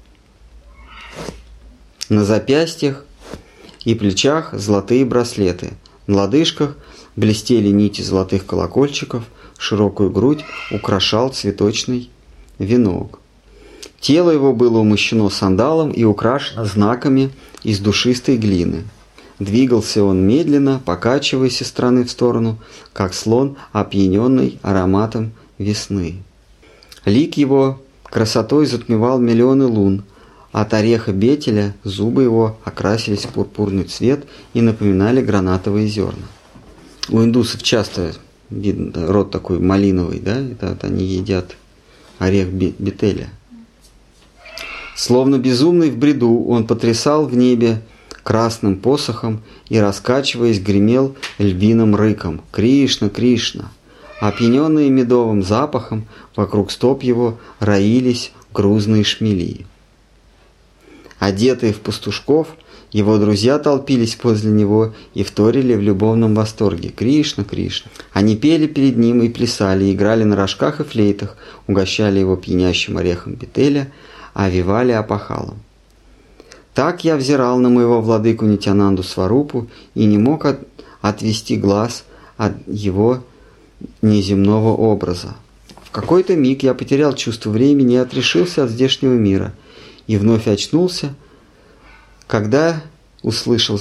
на запястьях и плечах золотые браслеты, на лодыжках блестели нити золотых колокольчиков, широкую грудь украшал цветочный венок. Тело его было умощено сандалом и украшено знаками из душистой глины. Двигался он медленно, покачиваясь из стороны в сторону, как слон, опьяненный ароматом весны. Лик его красотой затмевал миллионы лун. От ореха бетеля зубы его окрасились в пурпурный цвет и напоминали гранатовые зерна. У индусов часто видно рот такой малиновый, да? Это они едят орех бетеля. Словно безумный в бреду, он потрясал в небе красным посохом и, раскачиваясь, гремел львиным рыком: «Кришна, Кришна!». Опьяненные медовым запахом, вокруг стоп его роились грузные шмели. Одетые в пастушков, его друзья толпились возле него и вторили в любовном восторге: «Кришна, Кришна!». Они пели перед ним и плясали, играли на рожках и флейтах, угощали его пьянящим орехом бетеля, овивали опахалом. Так я взирал на моего владыку Нитьянанду Сварупу и не мог отвести глаз от его неземного образа. В какой-то миг я потерял чувство времени и отрешился от здешнего мира, и вновь очнулся, когда услышал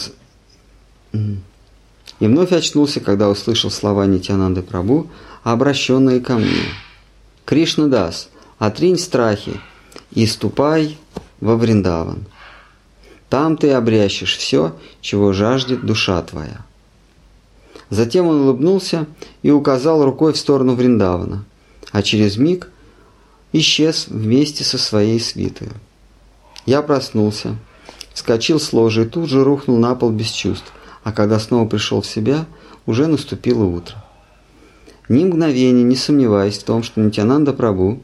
слова Нитьянанды Прабху, обращенные ко мне. Кришнадас, отринь страхи и ступай во Вриндаван. Там ты обрящешь все, чего жаждет душа твоя. Затем он улыбнулся и указал рукой в сторону Вриндавана, а через миг исчез вместе со своей свитой. Я проснулся, вскочил с ложа и тут же рухнул на пол без чувств, а когда снова пришел в себя, уже наступило утро. Ни мгновения не сомневаясь в том, что Нитьянанда Прабху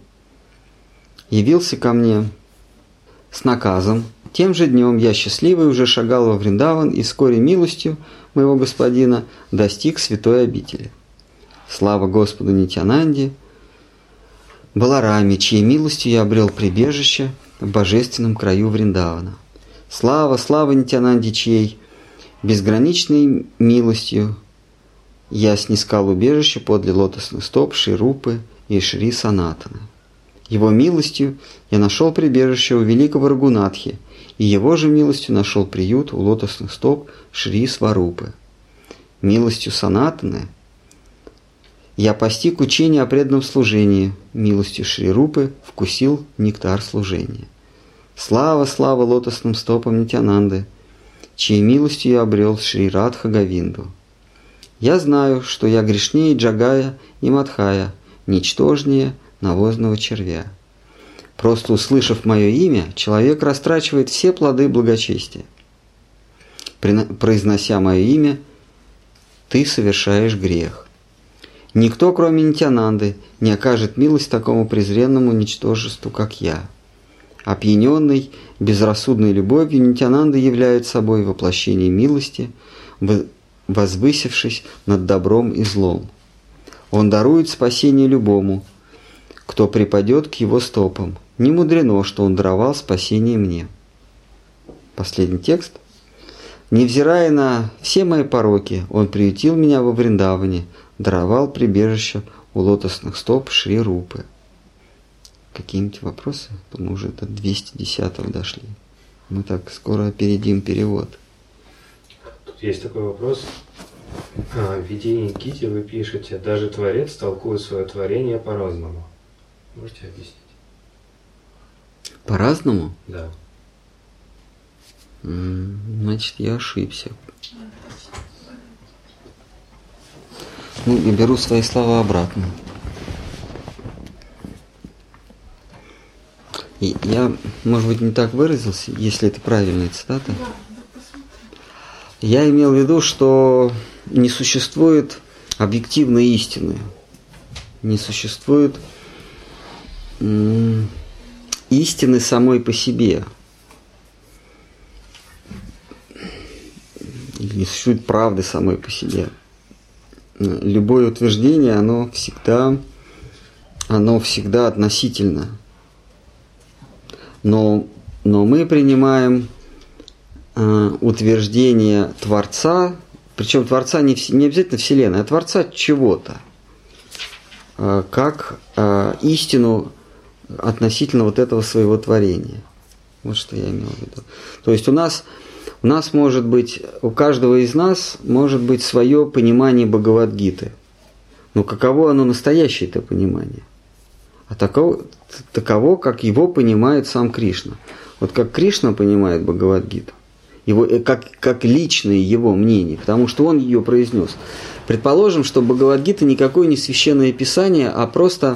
явился ко мне с наказом. Тем же днем я счастливый уже шагал во Вриндаван и вскоре милостью моего господина достиг святой обители. Слава Господу Нитьянанде, Балараме, чьей милостью я обрел прибежище в божественном краю Вриндавана. Слава, слава Нитьянанде, чьей безграничной милостью я снискал убежище подле лотосных стоп Шри Рупы и Шри Санатаны. Его милостью я нашел прибежище у великого Рагунатхи, и его же милостью нашел приют у лотосных стоп Шри Сварупы. Милостью Санатаны я постиг учение о преданном служении, милостью Шри Рупы вкусил нектар служения. Слава, слава лотосным стопам Нитьянанды, чьей милостью я обрел Шри Радха Говинду. Я знаю, что я грешнее Джагая и Мадхая, ничтожнее навозного червя. Просто услышав мое имя, человек растрачивает все плоды благочестия. Произнося мое имя, ты совершаешь грех. Никто, кроме Нитьянанды, не окажет милость такому презренному ничтожеству, как я. Опьяненный безрассудной любовью, Нитьянанда являет собой воплощение милости, возвысившись над добром и злом. Он дарует спасение любому, кто припадет к его стопам. Не мудрено, что он даровал спасение мне. Последний текст. Невзирая на все мои пороки, он приютил меня во Вриндаване, даровал прибежище у лотосных стоп Шри Рупы. Какие-нибудь вопросы? Мы уже до 210-го дошли. Мы так скоро опередим перевод. Тут есть такой вопрос. В видении Гити вы пишете, даже Творец толкует свое творение по-разному. Можете объяснить? По-разному? Да. Значит, я ошибся. Ну, я беру свои слова обратно. И я, может быть, не так выразился, если это правильная цитата. Я имел в виду, что не существует объективной истины. Не существует истины самой по себе. Не существует правды самой по себе. Любое утверждение, оно всегда относительно. Но мы принимаем утверждение Творца, причем Творца не обязательно Вселенной, а Творца чего-то, как истину относительно вот этого своего творения. Вот что я имел в виду. То есть у нас может быть, у каждого из нас может быть свое понимание Бхагавад-гиты. Но каково оно настоящее это понимание? А таково, как его понимает сам Кришна. Вот как Кришна понимает Бхагавад-гиту, как личное его мнение, потому что он ее произнес. Предположим, что Бхагавад-гита никакое не священное писание, а просто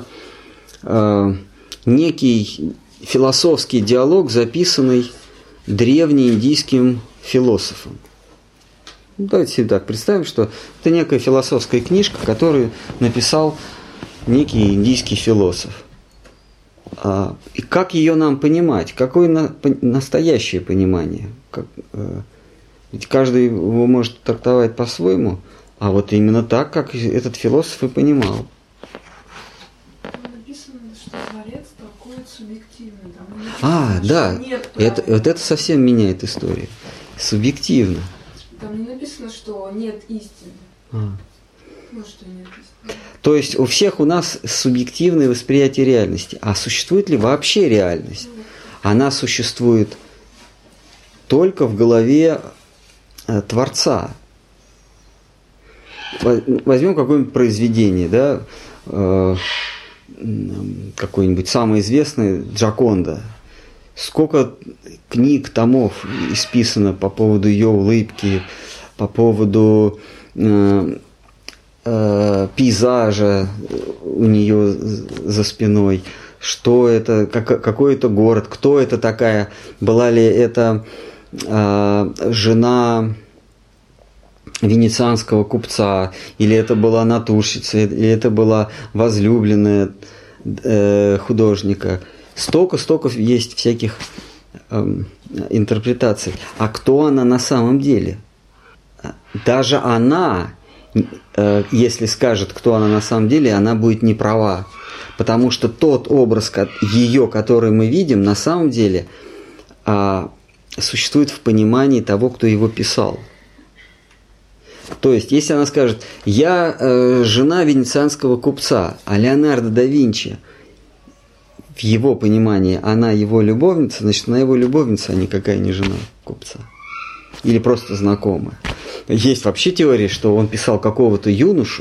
некий философский диалог, записанный древнеиндийским философом. Давайте себе так представим, что это некая философская книжка, которую написал некий индийский философ. И как ее нам понимать? Какое настоящее понимание? Ведь каждый его может трактовать по-своему, а вот именно так, как этот философ и понимал. Написано, что Творец толкует субъективно. Да, вот это совсем меняет историю. Субъективно. Там не написано, что нет истины. Вот что не написано. То есть у всех у нас субъективное восприятие реальности. А существует ли вообще реальность? Она существует только в голове Творца. Возьмем какое-нибудь произведение, да? какой-нибудь самый известный Джоконда. Сколько книг, томов исписано по поводу ее улыбки, по поводу пейзажа у нее за спиной, что это, какой это город, кто это такая, была ли это жена венецианского купца, или это была натурщица, или это была возлюбленная художника. Столько есть всяких интерпретаций. А кто она на самом деле? Даже она, если скажет, кто она на самом деле, она будет не права. Потому что тот образ ее, который мы видим, на самом деле существует в понимании того, кто его писал. То есть, если она скажет, я жена венецианского купца, а Леонардо да Винчи, в его понимании, она его любовница, значит, она его любовница, а никакая не жена купца. Или просто знакомая. Есть вообще теория, что он писал какого-то юношу.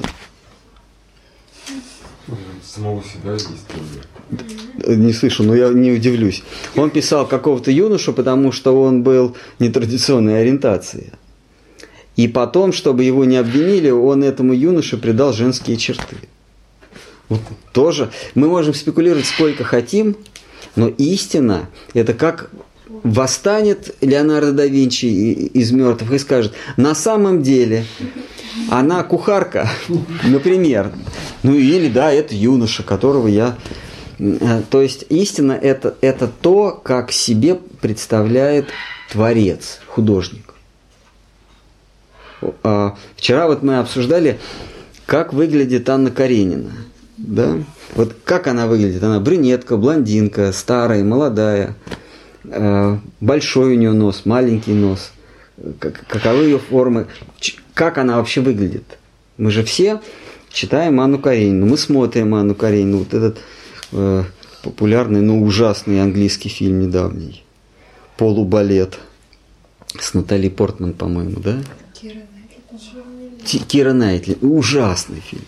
Самого себя есть теория. Не слышу, но я не удивлюсь. Он писал какого-то юношу, потому что он был нетрадиционной ориентации. И потом, чтобы его не обвинили, он этому юноше придал женские черты. Вот тоже мы можем спекулировать сколько хотим, но истина – это как восстанет Леонардо да Винчи из мертвых и скажет, на самом деле она кухарка, например. Ну или да, это юноша, которого я... То есть истина это то, как себе представляет творец, художник. Вчера вот мы обсуждали, как выглядит Анна Каренина. Да? Вот как она выглядит? Она брюнетка, блондинка, старая, молодая, большой у нее нос, маленький нос. Каковы ее формы? Как она вообще выглядит? Мы же все читаем Анну Каренину, мы смотрим Анну Каренину, вот этот популярный, но ужасный английский фильм недавний, «Полубалет» с Натали Портман, по-моему, да? Кира Найтли. Ужасный фильм.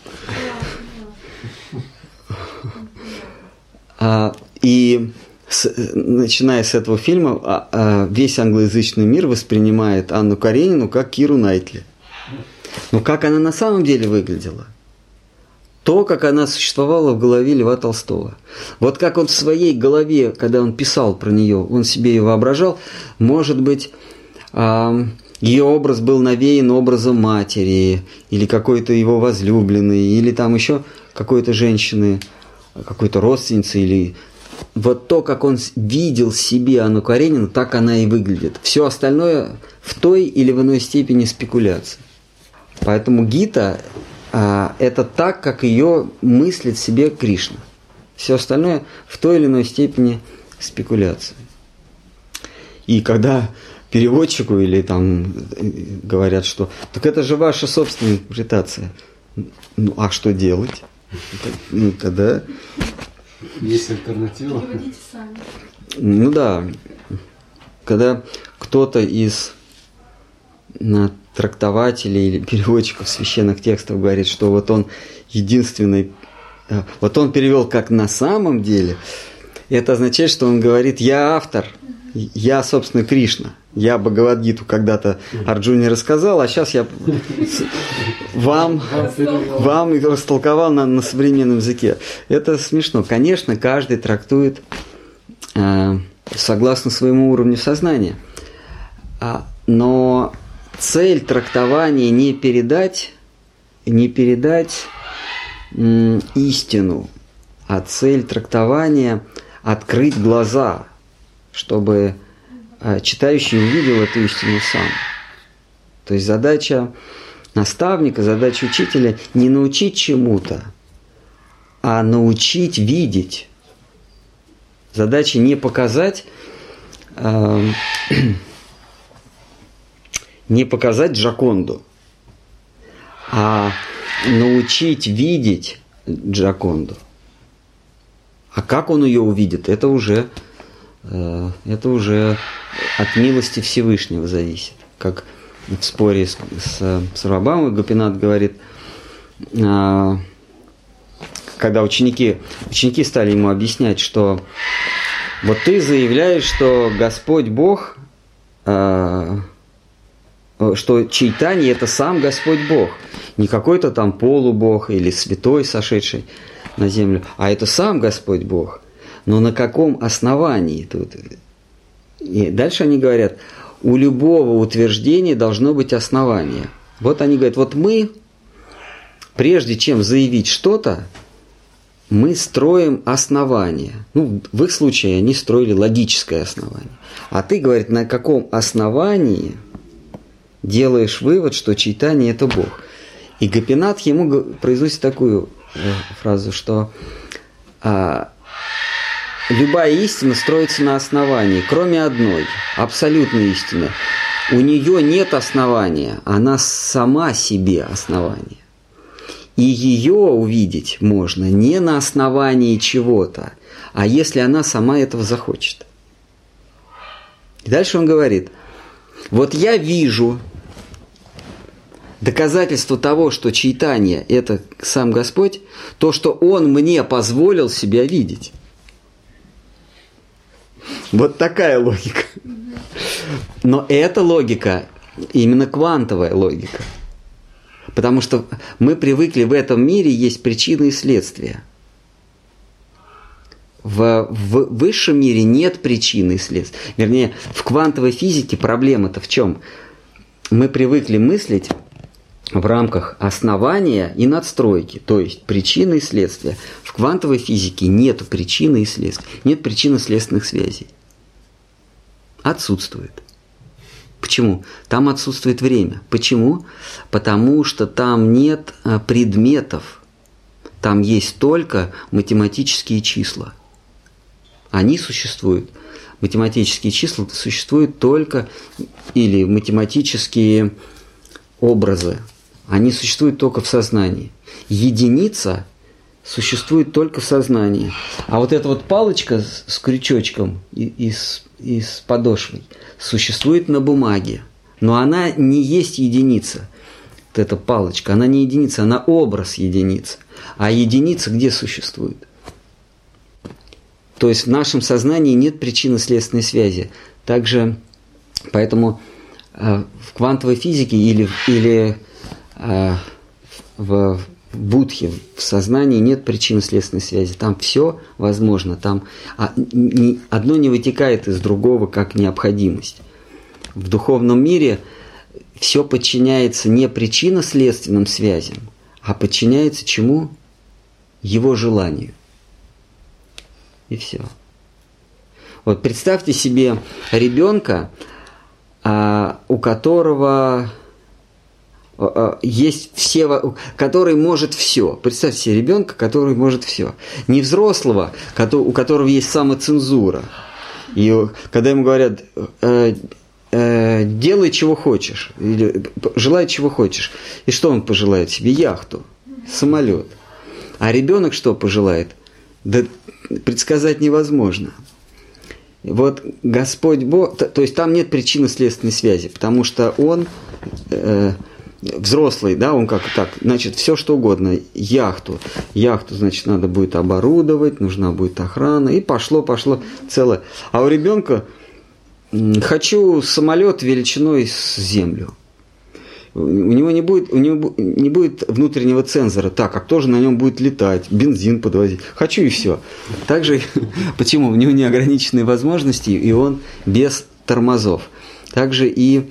И начиная с этого фильма, весь англоязычный мир воспринимает Анну Каренину как Киру Найтли. Но как она на самом деле выглядела? То, как она существовала в голове Льва Толстого. Вот как он в своей голове, когда он писал про нее, он себе ее воображал, может быть, ее образ был навеян образом матери, или какой-то его возлюбленной, или там еще какой-то женщины, какой-то родственницы, или... Вот то, как он видел себе Анну Каренину, так она и выглядит. Все остальное в той или в иной степени спекуляция. Поэтому Гита это так, как ее мыслит себе Кришна. Все остальное в той или иной степени спекуляция. И когда переводчику или там говорят, что так это же ваша собственная интерпретация. Ну, а что делать? Ну, тогда... Есть альтернатива? Переводите сами. Ну да. Когда кто-то из трактователей или переводчиков священных текстов говорит, что вот он единственный, вот он перевел как на самом деле, это означает, что он говорит, я автор, я, собственно, Кришна. Я Бхагавад-гиту когда-то Арджуне рассказал, а сейчас я вам растолковал на современном языке. Это смешно. Конечно, каждый трактует согласно своему уровню сознания. Но цель трактования не передать истину, а цель трактования открыть глаза, чтобы читающий увидел эту истину сам. То есть задача наставника, задача учителя не научить чему-то, а научить видеть. Задача не показать Джоконду, а научить видеть Джоконду. А как он ее увидит, это уже от милости Всевышнего зависит. Как в споре с Рабамой Гопинат говорит, когда ученики стали ему объяснять, что вот ты заявляешь, что Господь Бог, что Чайтанья – это сам Господь Бог, не какой-то там полубог или святой, сошедший на землю, а это сам Господь Бог. Но на каком основании тут? И дальше они говорят, у любого утверждения должно быть основание. Вот они говорят, вот мы, прежде чем заявить что-то, мы строим основание. Ну, в их случае они строили логическое основание. А ты, говорит, на каком основании делаешь вывод, что Чайтанья – это Бог? И Гопинат ему произносит такую фразу, что любая истина строится на основании, кроме одной, абсолютной истины. У нее нет основания, она сама себе основание. И ее увидеть можно не на основании чего-то, а если она сама этого захочет. И дальше он говорит, вот я вижу доказательство того, что Чайтанья – это сам Господь, то, что Он мне позволил себя видеть. Вот такая логика. Но эта логика именно квантовая логика. Потому что мы привыкли, в этом мире есть причины и следствия. В высшем мире нет причины и следствия. Вернее, в квантовой физике проблема-то в чем? Мы привыкли мыслить в рамках основания и надстройки, то есть причины и следствия. В квантовой физике нет причины и следствия, нет причинно-следственных связей. Отсутствует. Почему? Там отсутствует время. Почему? Потому что там нет предметов, там есть только математические числа. Они существуют. Математические числа существуют только, или математические образы. Они существуют только в сознании. Единица существует только в сознании. А вот эта вот палочка с крючочком и с подошвой существует на бумаге. Но она не есть единица. Вот эта палочка, она не единица, она образ единицы. А единица где существует? То есть в нашем сознании нет причинно-следственной связи. Также, поэтому в квантовой физике или в будхе, в сознании нет причинно-следственной связи. Там все возможно. Там одно не вытекает из другого как необходимость. В духовном мире все подчиняется не причинно-следственным связям, а подчиняется чему? Его желанию. И все. Вот представьте себе ребенка, у которого есть все, который может все. Представьте себе ребенка, который может все. Не взрослого, у которого есть самоцензура. И когда ему говорят, делай чего хочешь, или желай чего хочешь. И что он пожелает себе? Яхту, самолет. А ребенок что пожелает? Да предсказать невозможно. Вот Господь Бог, то есть там нет причинно-следственной связи, потому что он взрослый, да, он как так, значит, все что угодно, яхту, значит, надо будет оборудовать, нужна будет охрана, и пошло целое. А у ребенка хочу самолет величиной с землю. У него не будет внутреннего цензора. Так, а кто же на нем будет летать, бензин подвозить? Хочу и все. Также, почему? У него неограниченные возможности, и он без тормозов. Также и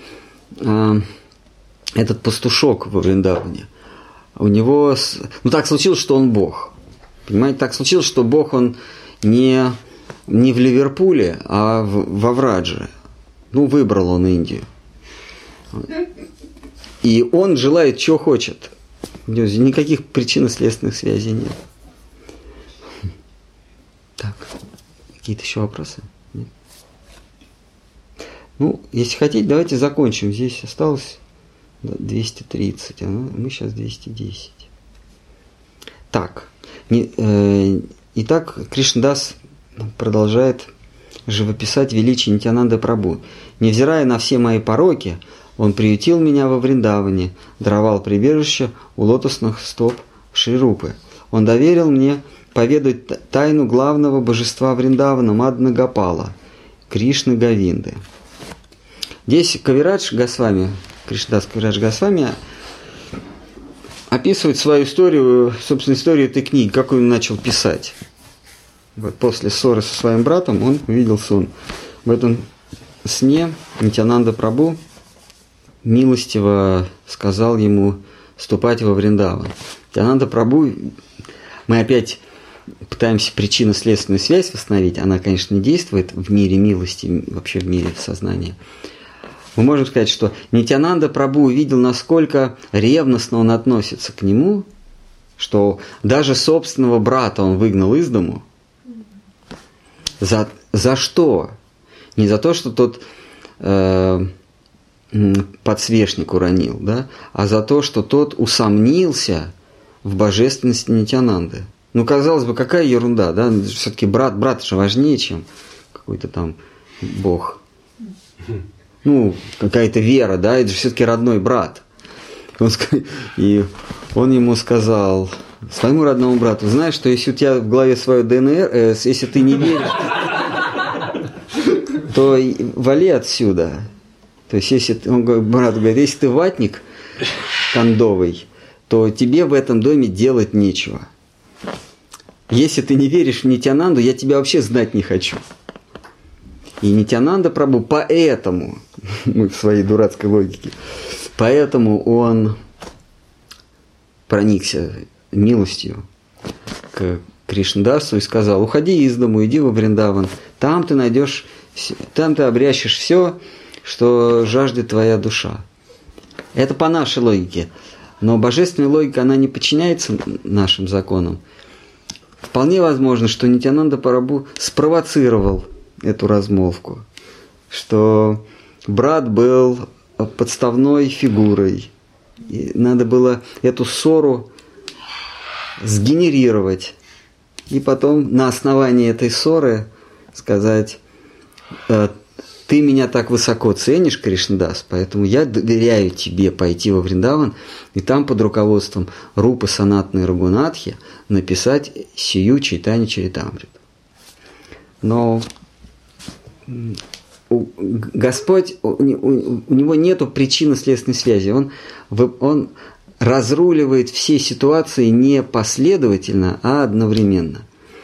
этот пастушок во Вриндаване. У него, так случилось, что он Бог. Понимаете, так случилось, что Бог он не в Ливерпуле, а во Врадже. Выбрал он Индию. И он желает, чего хочет. Никаких причинно-следственных связей нет. Так, какие-то еще вопросы? Нет? Если хотите, давайте закончим. Здесь осталось 230, а мы сейчас 210. Так. Итак, Кришнадас продолжает живописать величие Нитьянанды Прабху. Невзирая на все мои пороки, он приютил меня во Вриндаване, даровал прибежище у лотосных стоп Шри Рупы. Он доверил мне поведать тайну главного божества Вриндавана Мадана Гопала, Кришны Говинды. Здесь Кавирадж Госвами, Кришнадас Кавирадж Госвами описывает свою историю, собственно, историю этой книги, как он начал писать. Вот после ссоры со своим братом он увидел сон. В этом сне Нитьянанда Прабху милостиво сказал ему вступать во Вриндаван. Нитьянанда Прабху, мы опять пытаемся причинно-следственную связь восстановить, она, конечно, не действует в мире милости, вообще в мире сознания. Мы можем сказать, что Нитьянанда Прабху увидел, насколько ревностно он относится к нему, что даже собственного брата он выгнал из дому. За что? Не за то, что тот подсвечник уронил, да? А за то, что тот усомнился в божественности Нитьянанды. Ну, казалось бы, какая ерунда, да? Все-таки брат же важнее, чем какой-то там бог. Ну, какая-то вера, да? Это же все-таки родной брат. И он ему сказал, своему родному брату, знаешь, что если у тебя в голове свое ДНР, если ты не веришь, то вали отсюда. То есть, если брат говорит, если ты ватник кондовый, то тебе в этом доме делать нечего. Если ты не веришь в Нитьянанду, я тебя вообще знать не хочу. И Нитьянанда Прабху поэтому, мы в своей дурацкой логике, поэтому он проникся милостью к Кришнадасу и сказал, уходи из дому, иди во Вриндаван, там ты найдешь, там ты обрящешь все, что жаждет твоя душа. Это по нашей логике. Но божественная логика, она не подчиняется нашим законам. Вполне возможно, что Нитьянанда Прабху спровоцировал эту размолвку, что брат был подставной фигурой. И надо было эту ссору сгенерировать. И потом на основании этой ссоры сказать, ты меня так высоко ценишь, Кришнадас, поэтому я доверяю тебе пойти во Вриндаван и там под руководством Рупы Санатаны Рагунатхи написать сию Чайтанья Чаритамриту. Но Господь, у него нету причинно-следственной связи. Он разруливает все ситуации не последовательно, а одновременно.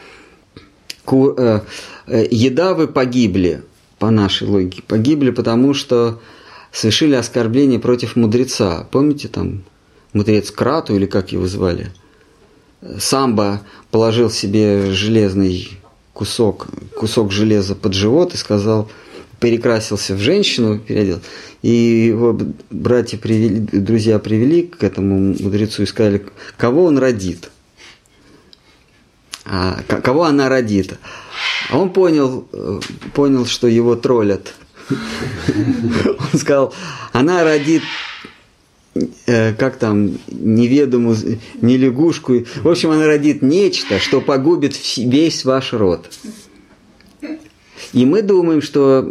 Едавы погибли, по нашей логике, погибли, потому что совершили оскорбление против мудреца. Помните, там мудрец Крату, или как его звали? Самба положил себе железный кусок железа под живот и сказал, перекрасился в женщину, переодел. И его друзья привели к этому мудрецу и сказали, кого он родит? Кого она родит? А он понял, что его троллят. Он сказал, она родит, как там, неведомую, не лягушку. В общем, она родит нечто, что погубит весь ваш род. И мы думаем, что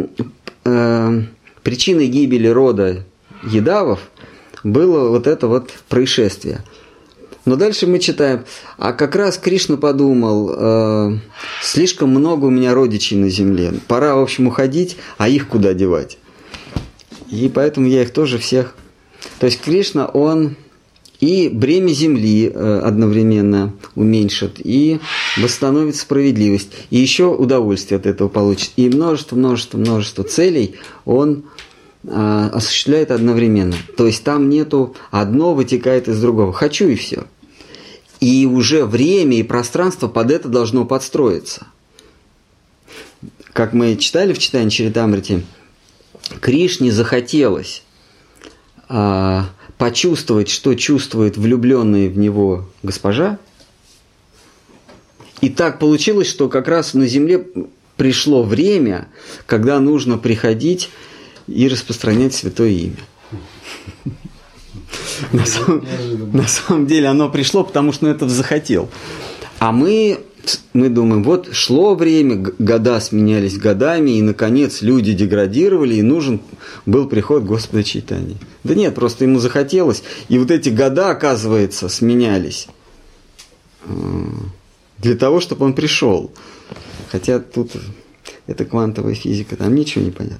причиной гибели рода Едавов было вот это вот происшествие. Но дальше мы читаем, а как раз Кришна подумал, слишком много у меня родичей на земле, пора, в общем, уходить, а их куда девать? И поэтому я их тоже всех... То есть Кришна, он и бремя земли одновременно уменьшит, и восстановит справедливость, и еще удовольствие от этого получит. И множество целей он осуществляет одновременно. То есть там нету одно вытекает из другого. Хочу и все. И уже время и пространство под это должно подстроиться. Как мы читали в Чайтанья Чаритамрите, Кришне захотелось почувствовать, что чувствует влюбленная в него госпожа. И так получилось, что как раз на земле пришло время, когда нужно приходить и распространять святое имя. На самом деле оно пришло, потому что он это захотел. А мы думаем, вот шло время, года сменялись годами, и, наконец, люди деградировали, и нужен был приход Господа Чайтаньи. Да нет, просто ему захотелось. И вот эти года, оказывается, сменялись. для того, чтобы он пришел. Хотя тут это квантовая физика, там ничего не понятно.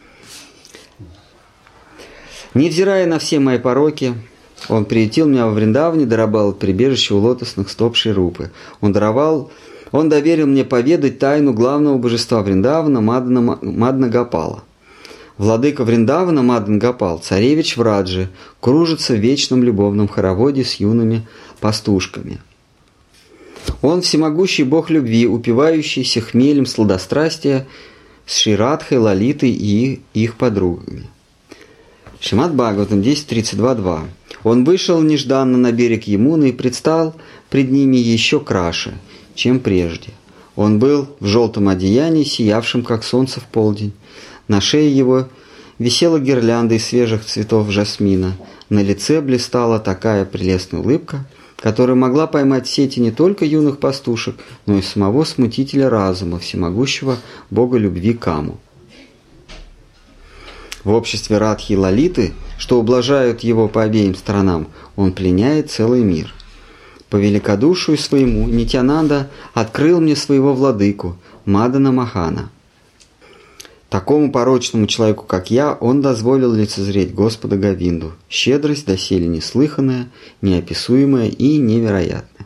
Невзирая на все мои пороки, он приютил меня во Вриндаване, даровал прибежище у лотосных стоп Шри Рупы. Он доверил мне поведать тайну главного божества Вриндавана Мадана Гопала. Владыка Вриндавана Мадан Гопал, царевич Враджи, кружится в вечном любовном хороводе с юными пастушками. Он всемогущий бог любви, упивающийся хмелем сладострастия с Шри Радхой, Лалитой и их подругами. Шримад Бхагаватам 10.32.2. Он вышел нежданно на берег Ямуны и предстал пред ними еще краше, чем прежде. Он был в желтом одеянии, сиявшем, как солнце в полдень. На шее его висела гирлянда из свежих цветов жасмина. На лице блистала такая прелестная улыбка, которая могла поймать в сети не только юных пастушек, но и самого смутителя разума, всемогущего бога любви Каму. В обществе Радхи и Лалиты, что ублажают его по обеим сторонам, он пленяет целый мир. По великодушию своему Нитьянанда открыл мне своего владыку, Мадана Мохана. Такому порочному человеку, как я, он дозволил лицезреть Господа Говинду, щедрость доселе неслыханная, неописуемая и невероятная.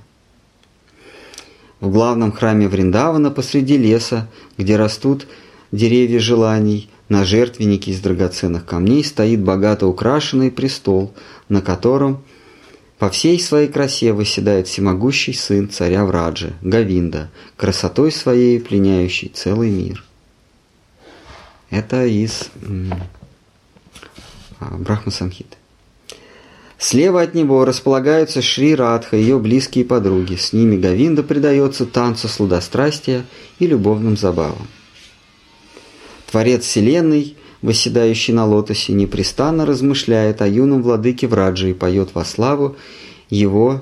В главном храме Вриндавана посреди леса, где растут деревья желаний, на жертвеннике из драгоценных камней стоит богато украшенный престол, на котором по всей своей красе восседает всемогущий сын царя Враджи, Говинда, красотой своей пленяющий целый мир. Это из Брахма-самхиты. Слева от него располагаются Шри Радха и ее близкие подруги. С ними Говинда предается танцу сладострастия и любовным забавам. Творец Вселенной, восседающий на лотосе, непрестанно размышляет о юном владыке Враджи и поет во славу него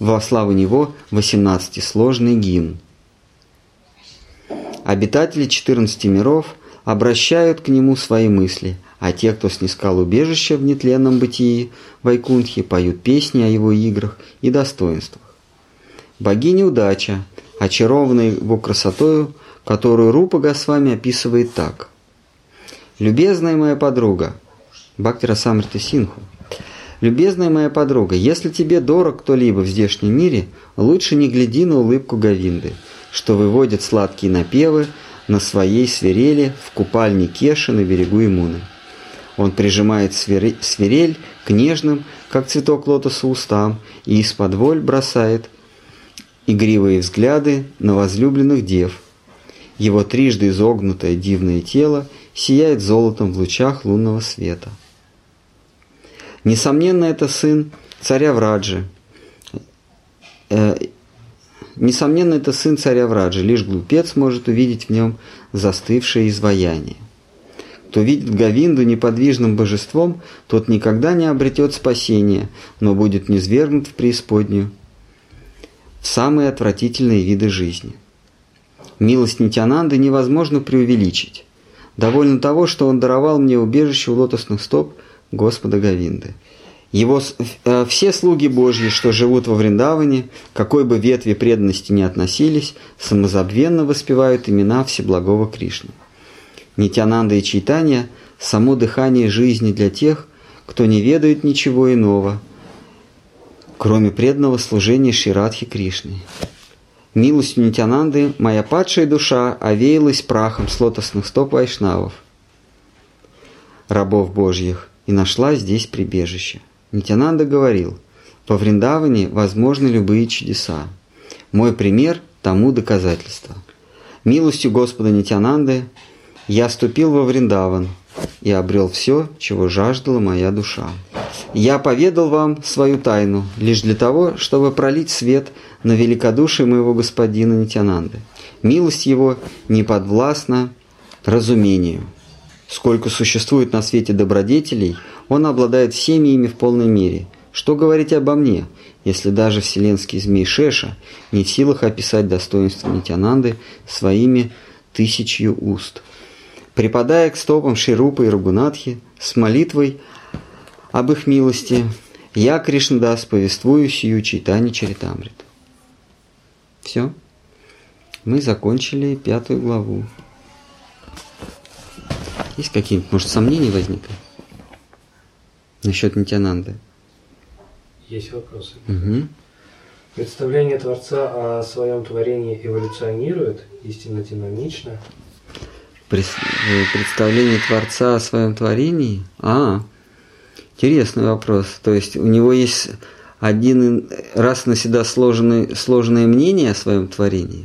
18-сложный гимн. Обитатели 14 миров обращают к нему свои мысли, а те, кто снискал убежище в нетленном бытии Вайкунтхи, поют песни о его играх и достоинствах. Богиня Удача, очарованная его красотою, которую Рупа Госвами описывает так. «Любезная моя подруга», Бхакти Расамрита Синху, «Любезная моя подруга, если тебе дорог кто-либо в здешнем мире, лучше не гляди на улыбку Говинды, что выводит сладкие напевы на своей свирели в купальне Кеши на берегу Ямуны. Он прижимает свирель к нежным, как цветок лотоса, устам и из-под воль бросает игривые взгляды на возлюбленных дев. Его трижды изогнутое дивное тело сияет золотом в лучах лунного света. Несомненно, это сын царя Враджи. Лишь глупец может увидеть в нем застывшее изваяние. Кто видит Говинду неподвижным божеством, тот никогда не обретет спасения, но будет низвергнут в преисподнюю, в самые отвратительные виды жизни. Милость Нитьянанды невозможно преувеличить. Довольно того, что он даровал мне убежище у лотосных стоп Господа Говинды. Все слуги Божьи, что живут во Вриндаване, какой бы ветви преданности ни относились, самозабвенно воспевают имена Всеблагого Кришны. Нитьянанда и Чайтанья – само дыхание жизни для тех, кто не ведает ничего иного, кроме преданного служения Шри Радхи Кришне. Милостью Нитьянанды моя падшая душа овеялась прахом с лотосных стоп вайшнавов, рабов Божьих, и нашла здесь прибежище. Нитьянанда говорил, по Вриндаване возможны любые чудеса. Мой пример тому доказательство. Милостью Господа Нитьянанды я ступил во Вриндаван и обрел все, чего жаждала моя душа. Я поведал вам свою тайну лишь для того, чтобы пролить свет на великодушие моего господина Нитьянанды. Милость его не подвластна разумению. Сколько существует на свете добродетелей, он обладает всеми ими в полной мере. Что говорить обо мне, если даже вселенский змей Шеша не в силах описать достоинство Нитьянанды своими 1000 уст? Припадая к стопам Шри Рупы и Рагунатхи с молитвой об их милости, я, Кришнадас, повествую сию Чайтанья Чаритамриту. Все. Мы закончили 5 главу. Есть какие-нибудь, может, сомнения возникли? Насчет Нитьянанды? Есть вопросы. Угу. Представление Творца о своем творении эволюционирует, истинно динамично. Представление Творца о своем творении? Интересный вопрос. То есть у него есть один раз навсегда сложное мнение о своем творении?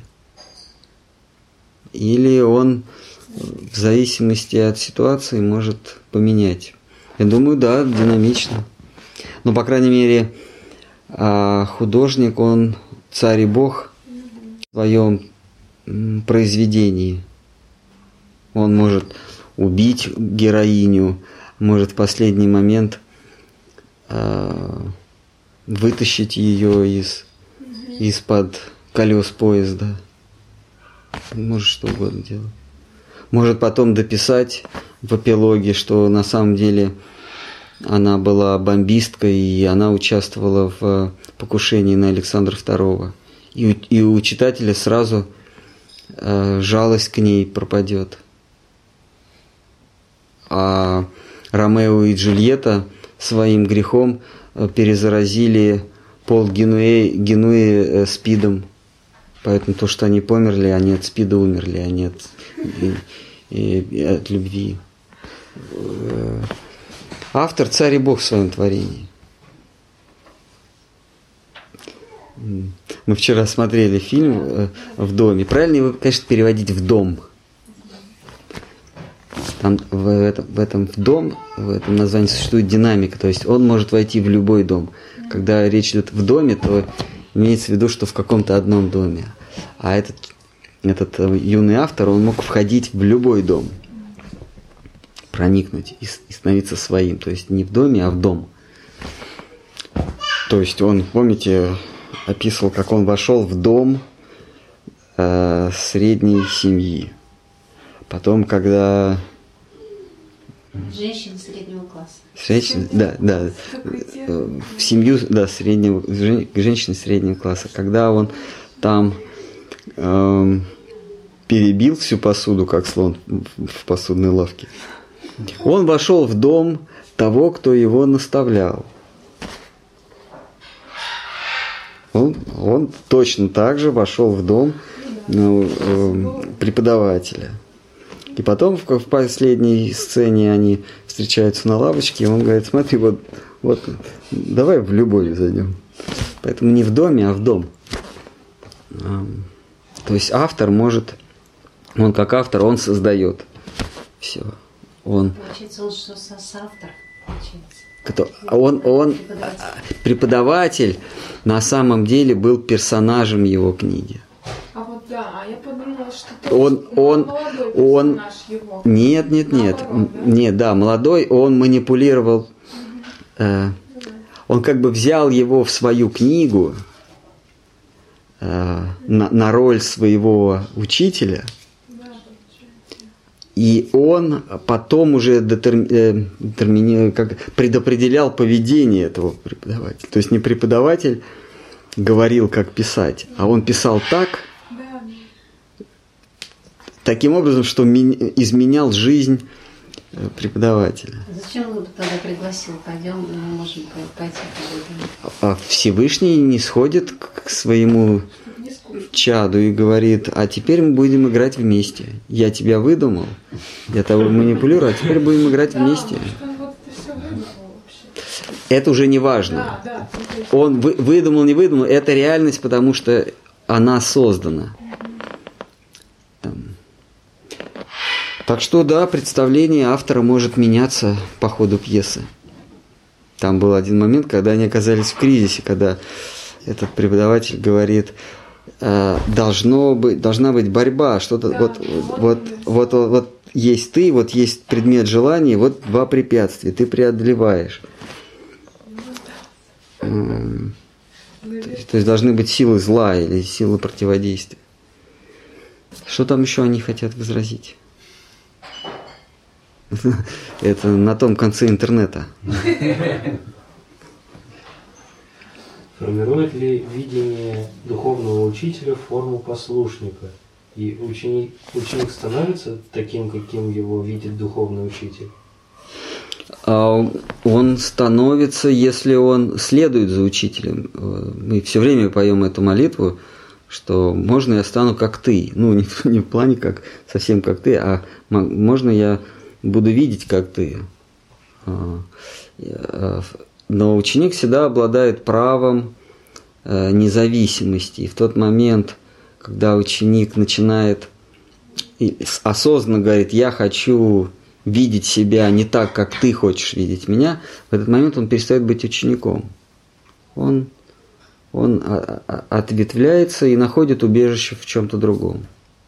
Или он в зависимости от ситуации может поменять? Я думаю, да, динамично. Но, по крайней мере, художник, он царь и бог в своем произведении. Он может убить героиню, может в последний момент вытащить ее из-под колес поезда. Может что угодно делать. Может потом дописать в эпилоге, что на самом деле она была бомбисткой, и она участвовала в покушении на Александра II. И у читателя сразу жалость к ней пропадет. А Ромео и Джульетта своим грехом перезаразили пол Генуи СПИДом. Поэтому то, что они померли, они от СПИДа умерли, а не от любви. Автор царь и бог в своем творении. Мы вчера смотрели фильм «В доме». Правильно его, конечно, переводить «в дом». Там в этом названии существует динамика, то есть он может войти в любой дом. Когда речь идет в доме, то имеется в виду, что в каком-то одном доме. А этот юный автор, он мог входить в любой дом, проникнуть и становиться своим. То есть не в доме, а в дом. То есть он, помните, описывал, как он вошел в дом средней семьи. Потом, когда... Женщины среднего класса. Да. В семью, да, женщины среднего класса. Когда он там перебил всю посуду, как слон в посудной лавке, он вошел в дом того, кто его наставлял. Он точно так же вошел в дом преподавателя. И потом в последней сцене они встречаются на лавочке, и он говорит: смотри, вот давай в любовь зайдем. Поэтому не в доме, а в дом. То есть автор может, он как автор, он создает все. Получается, он что, соавтор? Преподаватель на самом деле был персонажем его книги. А вот да, я подумала, что молодой персонаж его. Нет, молодой, он манипулировал, он как бы взял его в свою книгу на роль своего учителя, и он потом уже предопределял поведение этого преподавателя. То есть не преподаватель говорил, как писать, а он писал таким образом, что изменял жизнь преподавателя. Зачем он тогда пригласил? Пойдем, мы можем пойти. А Всевышний не сходит к своему чаду и говорит: а теперь мы будем играть вместе. Я тебя выдумал, я тобой манипулирую, а теперь будем играть вместе. Это уже не важно. Он выдумал, не выдумал, это реальность, потому что она создана. Так что да, представление автора может меняться по ходу пьесы. Там был один момент, когда они оказались в кризисе, когда этот преподаватель говорит: должна быть борьба, что-то вот есть ты, вот есть предмет желания, вот два препятствия, ты преодолеваешь. То есть должны быть силы зла или силы противодействия. Что там еще они хотят возразить? Это на том конце интернета. формирует ли видение духовного учителя форму послушника? И ученик становится таким, каким его видит духовный учитель? Он становится, если он следует за учителем. Мы все время поем эту молитву, что можно я стану как ты. Ну, не в плане как совсем как ты, а можно я буду видеть как ты. Но ученик всегда обладает правом независимости. И в тот момент, когда ученик начинает осознанно говорит, я хочу видеть себя не так, как ты хочешь видеть меня, в этот момент он перестает быть учеником. Он ответвляется и находит убежище в чем-то другом.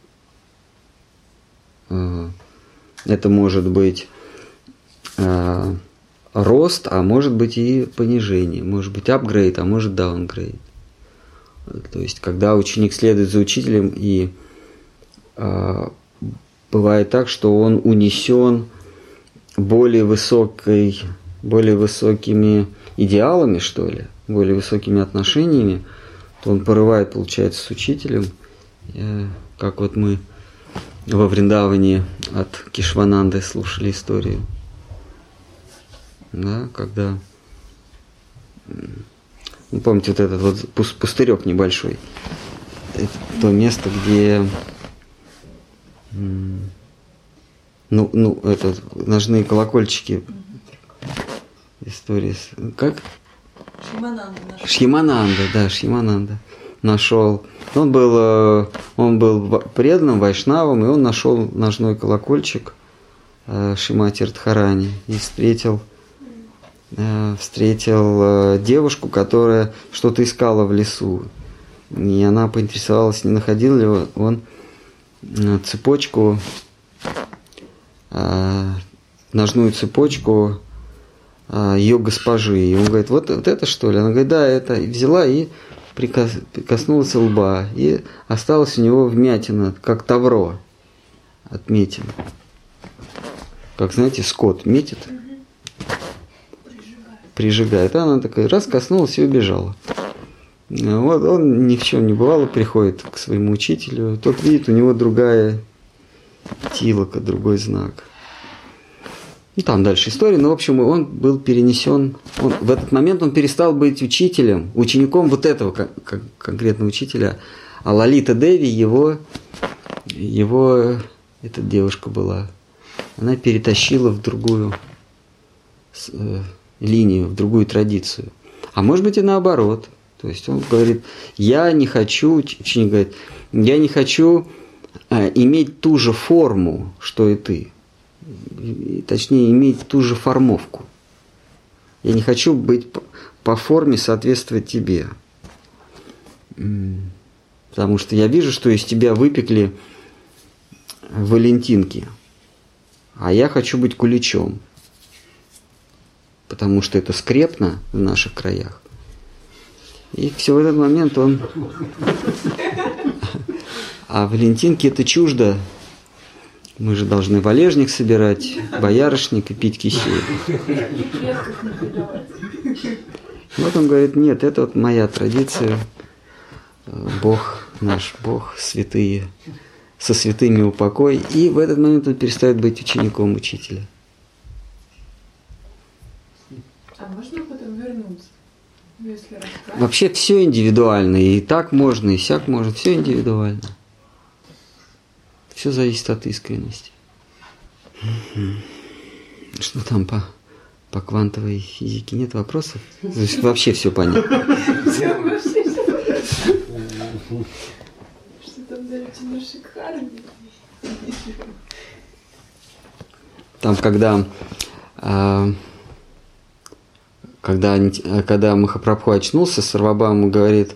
Это может быть рост, а может быть и понижение, может быть апгрейд, а может даунгрейд. То есть, когда ученик следует за учителем, и бывает так, что он унесен более высокими идеалами, что ли, более высокими отношениями, то он порывает, получается, с учителем, как вот мы во Вриндаване от Кешвананды слушали историю. Да, когда, ну, помните, вот этот вот пустырек небольшой, это то место, где это ножные колокольчики, история, как? Шьямананда нашел. Он был преданным вайшнавом, и он нашел ножной колокольчик Шримати Радхарани и встретил девушку, которая что-то искала в лесу. И она поинтересовалась, не находил ли он цепочку, ножную цепочку ее госпожи. И он говорит, вот это что ли? Она говорит, да, это. И взяла и прикоснулась лба. И осталась у него вмятина, как тавро отметина. Как, знаете, скот метит, прижигает. А она такая раз коснулась и убежала. Вот он ни в чем не бывало, приходит к своему учителю. Тот видит, у него другая тилока, другой знак. И там дальше история. Но, в общем, он был перенесен. В этот момент он перестал быть учителем, учеником вот этого конкретного учителя. А Лалита Деви, его эта девушка была, она перетащила в другую линию, в другую традицию. А может быть и наоборот. То есть он говорит, я не хочу, ученик говорит, я не хочу иметь ту же форму, что и ты. Точнее, иметь ту же формовку. Я не хочу быть по форме соответствовать тебе. Потому что я вижу, что из тебя выпекли валентинки. А я хочу быть куличом. Потому что это скрепно в наших краях. И все в этот момент он... А валентинки это чуждо. Мы же должны валежник собирать, боярышник и пить кисель. Вот он говорит, нет, это вот моя традиция. Бог наш, Бог, святые, со святыми упокой. И в этот момент он перестает быть учеником учителя. А можно потом вернуться? Если вообще все индивидуально. И так можно, и сяк можно. Все индивидуально. Все зависит от искренности. Что там по квантовой физике? Нет вопросов? То есть вообще все понятно. Что там даете на шикарно? Там, когда Махапрабху очнулся, Сарвабхаума говорит,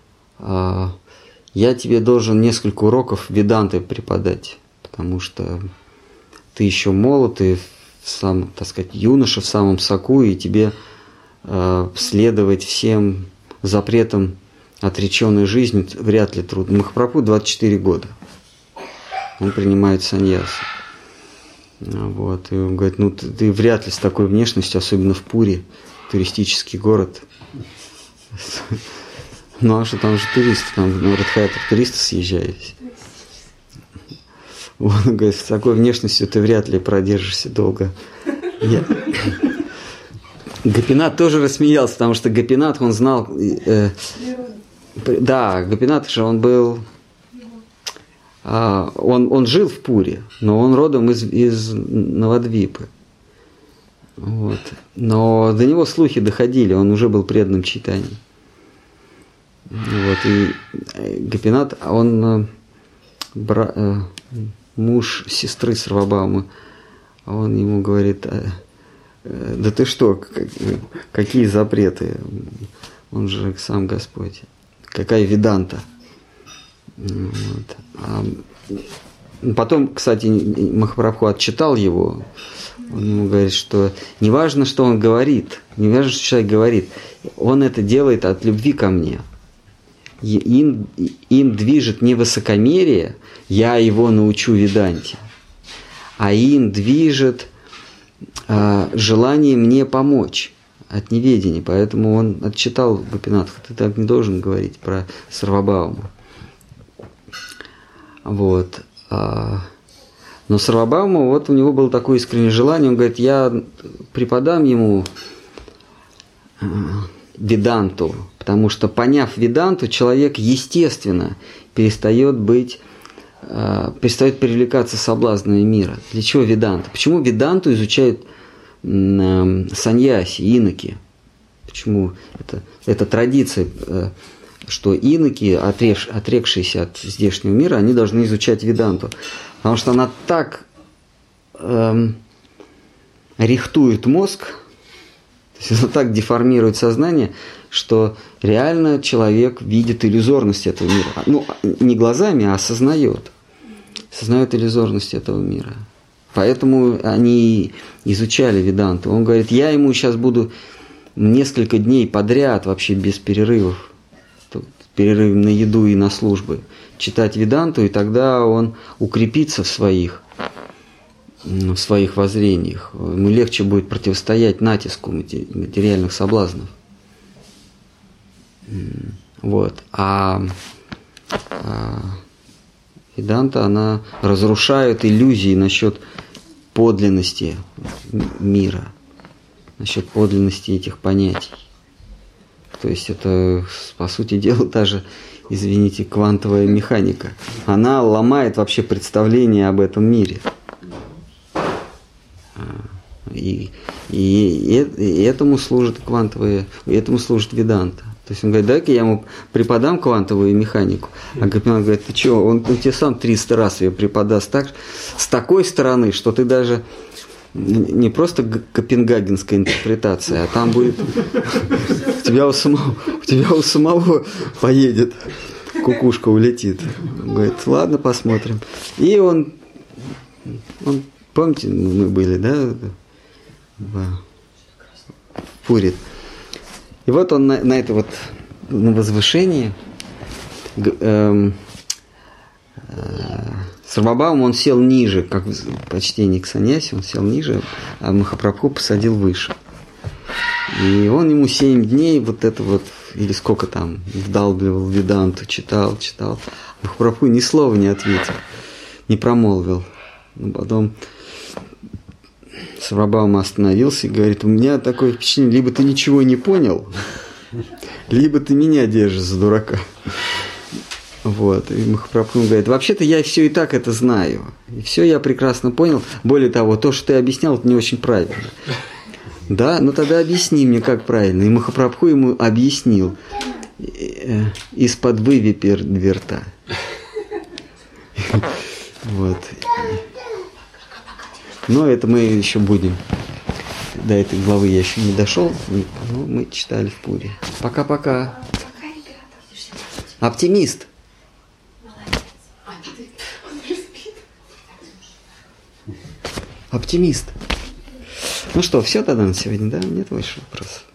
я тебе должен несколько уроков Веданты преподать, потому что ты еще молод, ты сам, так сказать, юноша в самом соку, и тебе следовать всем запретам отреченной жизни вряд ли трудно. Махапрабху 24 года. Он принимает саньясу. Вот. И он говорит, ты вряд ли с такой внешностью, особенно в Пури, туристический город, Ну а что, там же туристы, там на Радхаятах туристы съезжались. Он говорит, с такой внешностью ты вряд ли продержишься долго. Гопинат тоже рассмеялся, потому что Гопинат, он знал... да, Гопинат же он был... он жил в Пуре, но он родом из Навадвипы. Вот. Но до него слухи доходили, он уже был преданным Чайтанье. Вот. И Гопинат, он муж сестры Сарвабаумы, он ему говорит, да ты что, какие запреты? Он же сам Господь. Какая веданта? Вот. Потом, кстати, Махапрабху отчитал его. Он ему говорит, что не важно, что он говорит, не важно, что человек говорит, он это делает от любви ко мне. Им движет не высокомерие, я его научу веданте, а им движет желание мне помочь от неведения. Поэтому он отчитал Гопинатха, ты так не должен говорить про Сарвабауму. Вот. Но Сарвабаума, вот у него было такое искреннее желание, он говорит, я преподам ему веданту, потому что, поняв веданту, человек, естественно, перестает привлекаться соблазнами мира. Для чего веданта? Почему веданту изучают саньяси, иноки? Почему это традиция, что иноки, отрекшиеся от здешнего мира, они должны изучать веданту? Потому что она так рихтует мозг, то есть она так деформирует сознание, что реально человек видит иллюзорность этого мира. Ну, не глазами, а осознает иллюзорность этого мира. Поэтому они изучали веданту. Он говорит, я ему сейчас буду несколько дней подряд, вообще без перерывов, перерыв на еду и на службы, читать веданту, и тогда он укрепится в своих воззрениях. Ему легче будет противостоять натиску материальных соблазнов. Вот. А веданта, она разрушает иллюзии насчет подлинности мира, насчет подлинности этих понятий. То есть это, по сути дела, даже, извините, квантовая механика. Она ломает вообще представление об этом мире. И этому служит этому служит веданта. То есть он говорит, дай-ка я ему преподам квантовую механику. А Гопинат говорит, ты что, он тебе сам 300 раз ее преподаст так, с такой стороны, что ты даже не просто копенгагенская интерпретация, а там будет у тебя у самого поедет, кукушка улетит. Он говорит, ладно, посмотрим. И он помните, мы были, да, в Пуре. И вот он на это вот на возвышении Сарвабаум, он сел ниже, как почтение к саньяси, он сел ниже, а Махапрабху посадил выше. И он ему 7 дней вот это вот, или сколько там, вдалбливал веданту, читал. Махапрабху ни слова не ответил, не промолвил. Но потом Сарвабаума остановился и говорит, у меня такое впечатление, либо ты ничего не понял, либо ты меня держишь за дурака. Вот. И Махапрабху говорит, вообще-то я все и так это знаю. И все я прекрасно понял. Более того, то, что ты объяснял, это не очень правильно. Да, ну тогда объясни мне, как правильно. И Махапрабху ему объяснил из-под вывипердверта. Вот. Но это мы еще будем. До этой главы я еще не дошел, но мы читали в Пуре. Пока-пока. Оптимист. Оптимист. Ну что, все тогда на сегодня, да? Нет больше вопросов.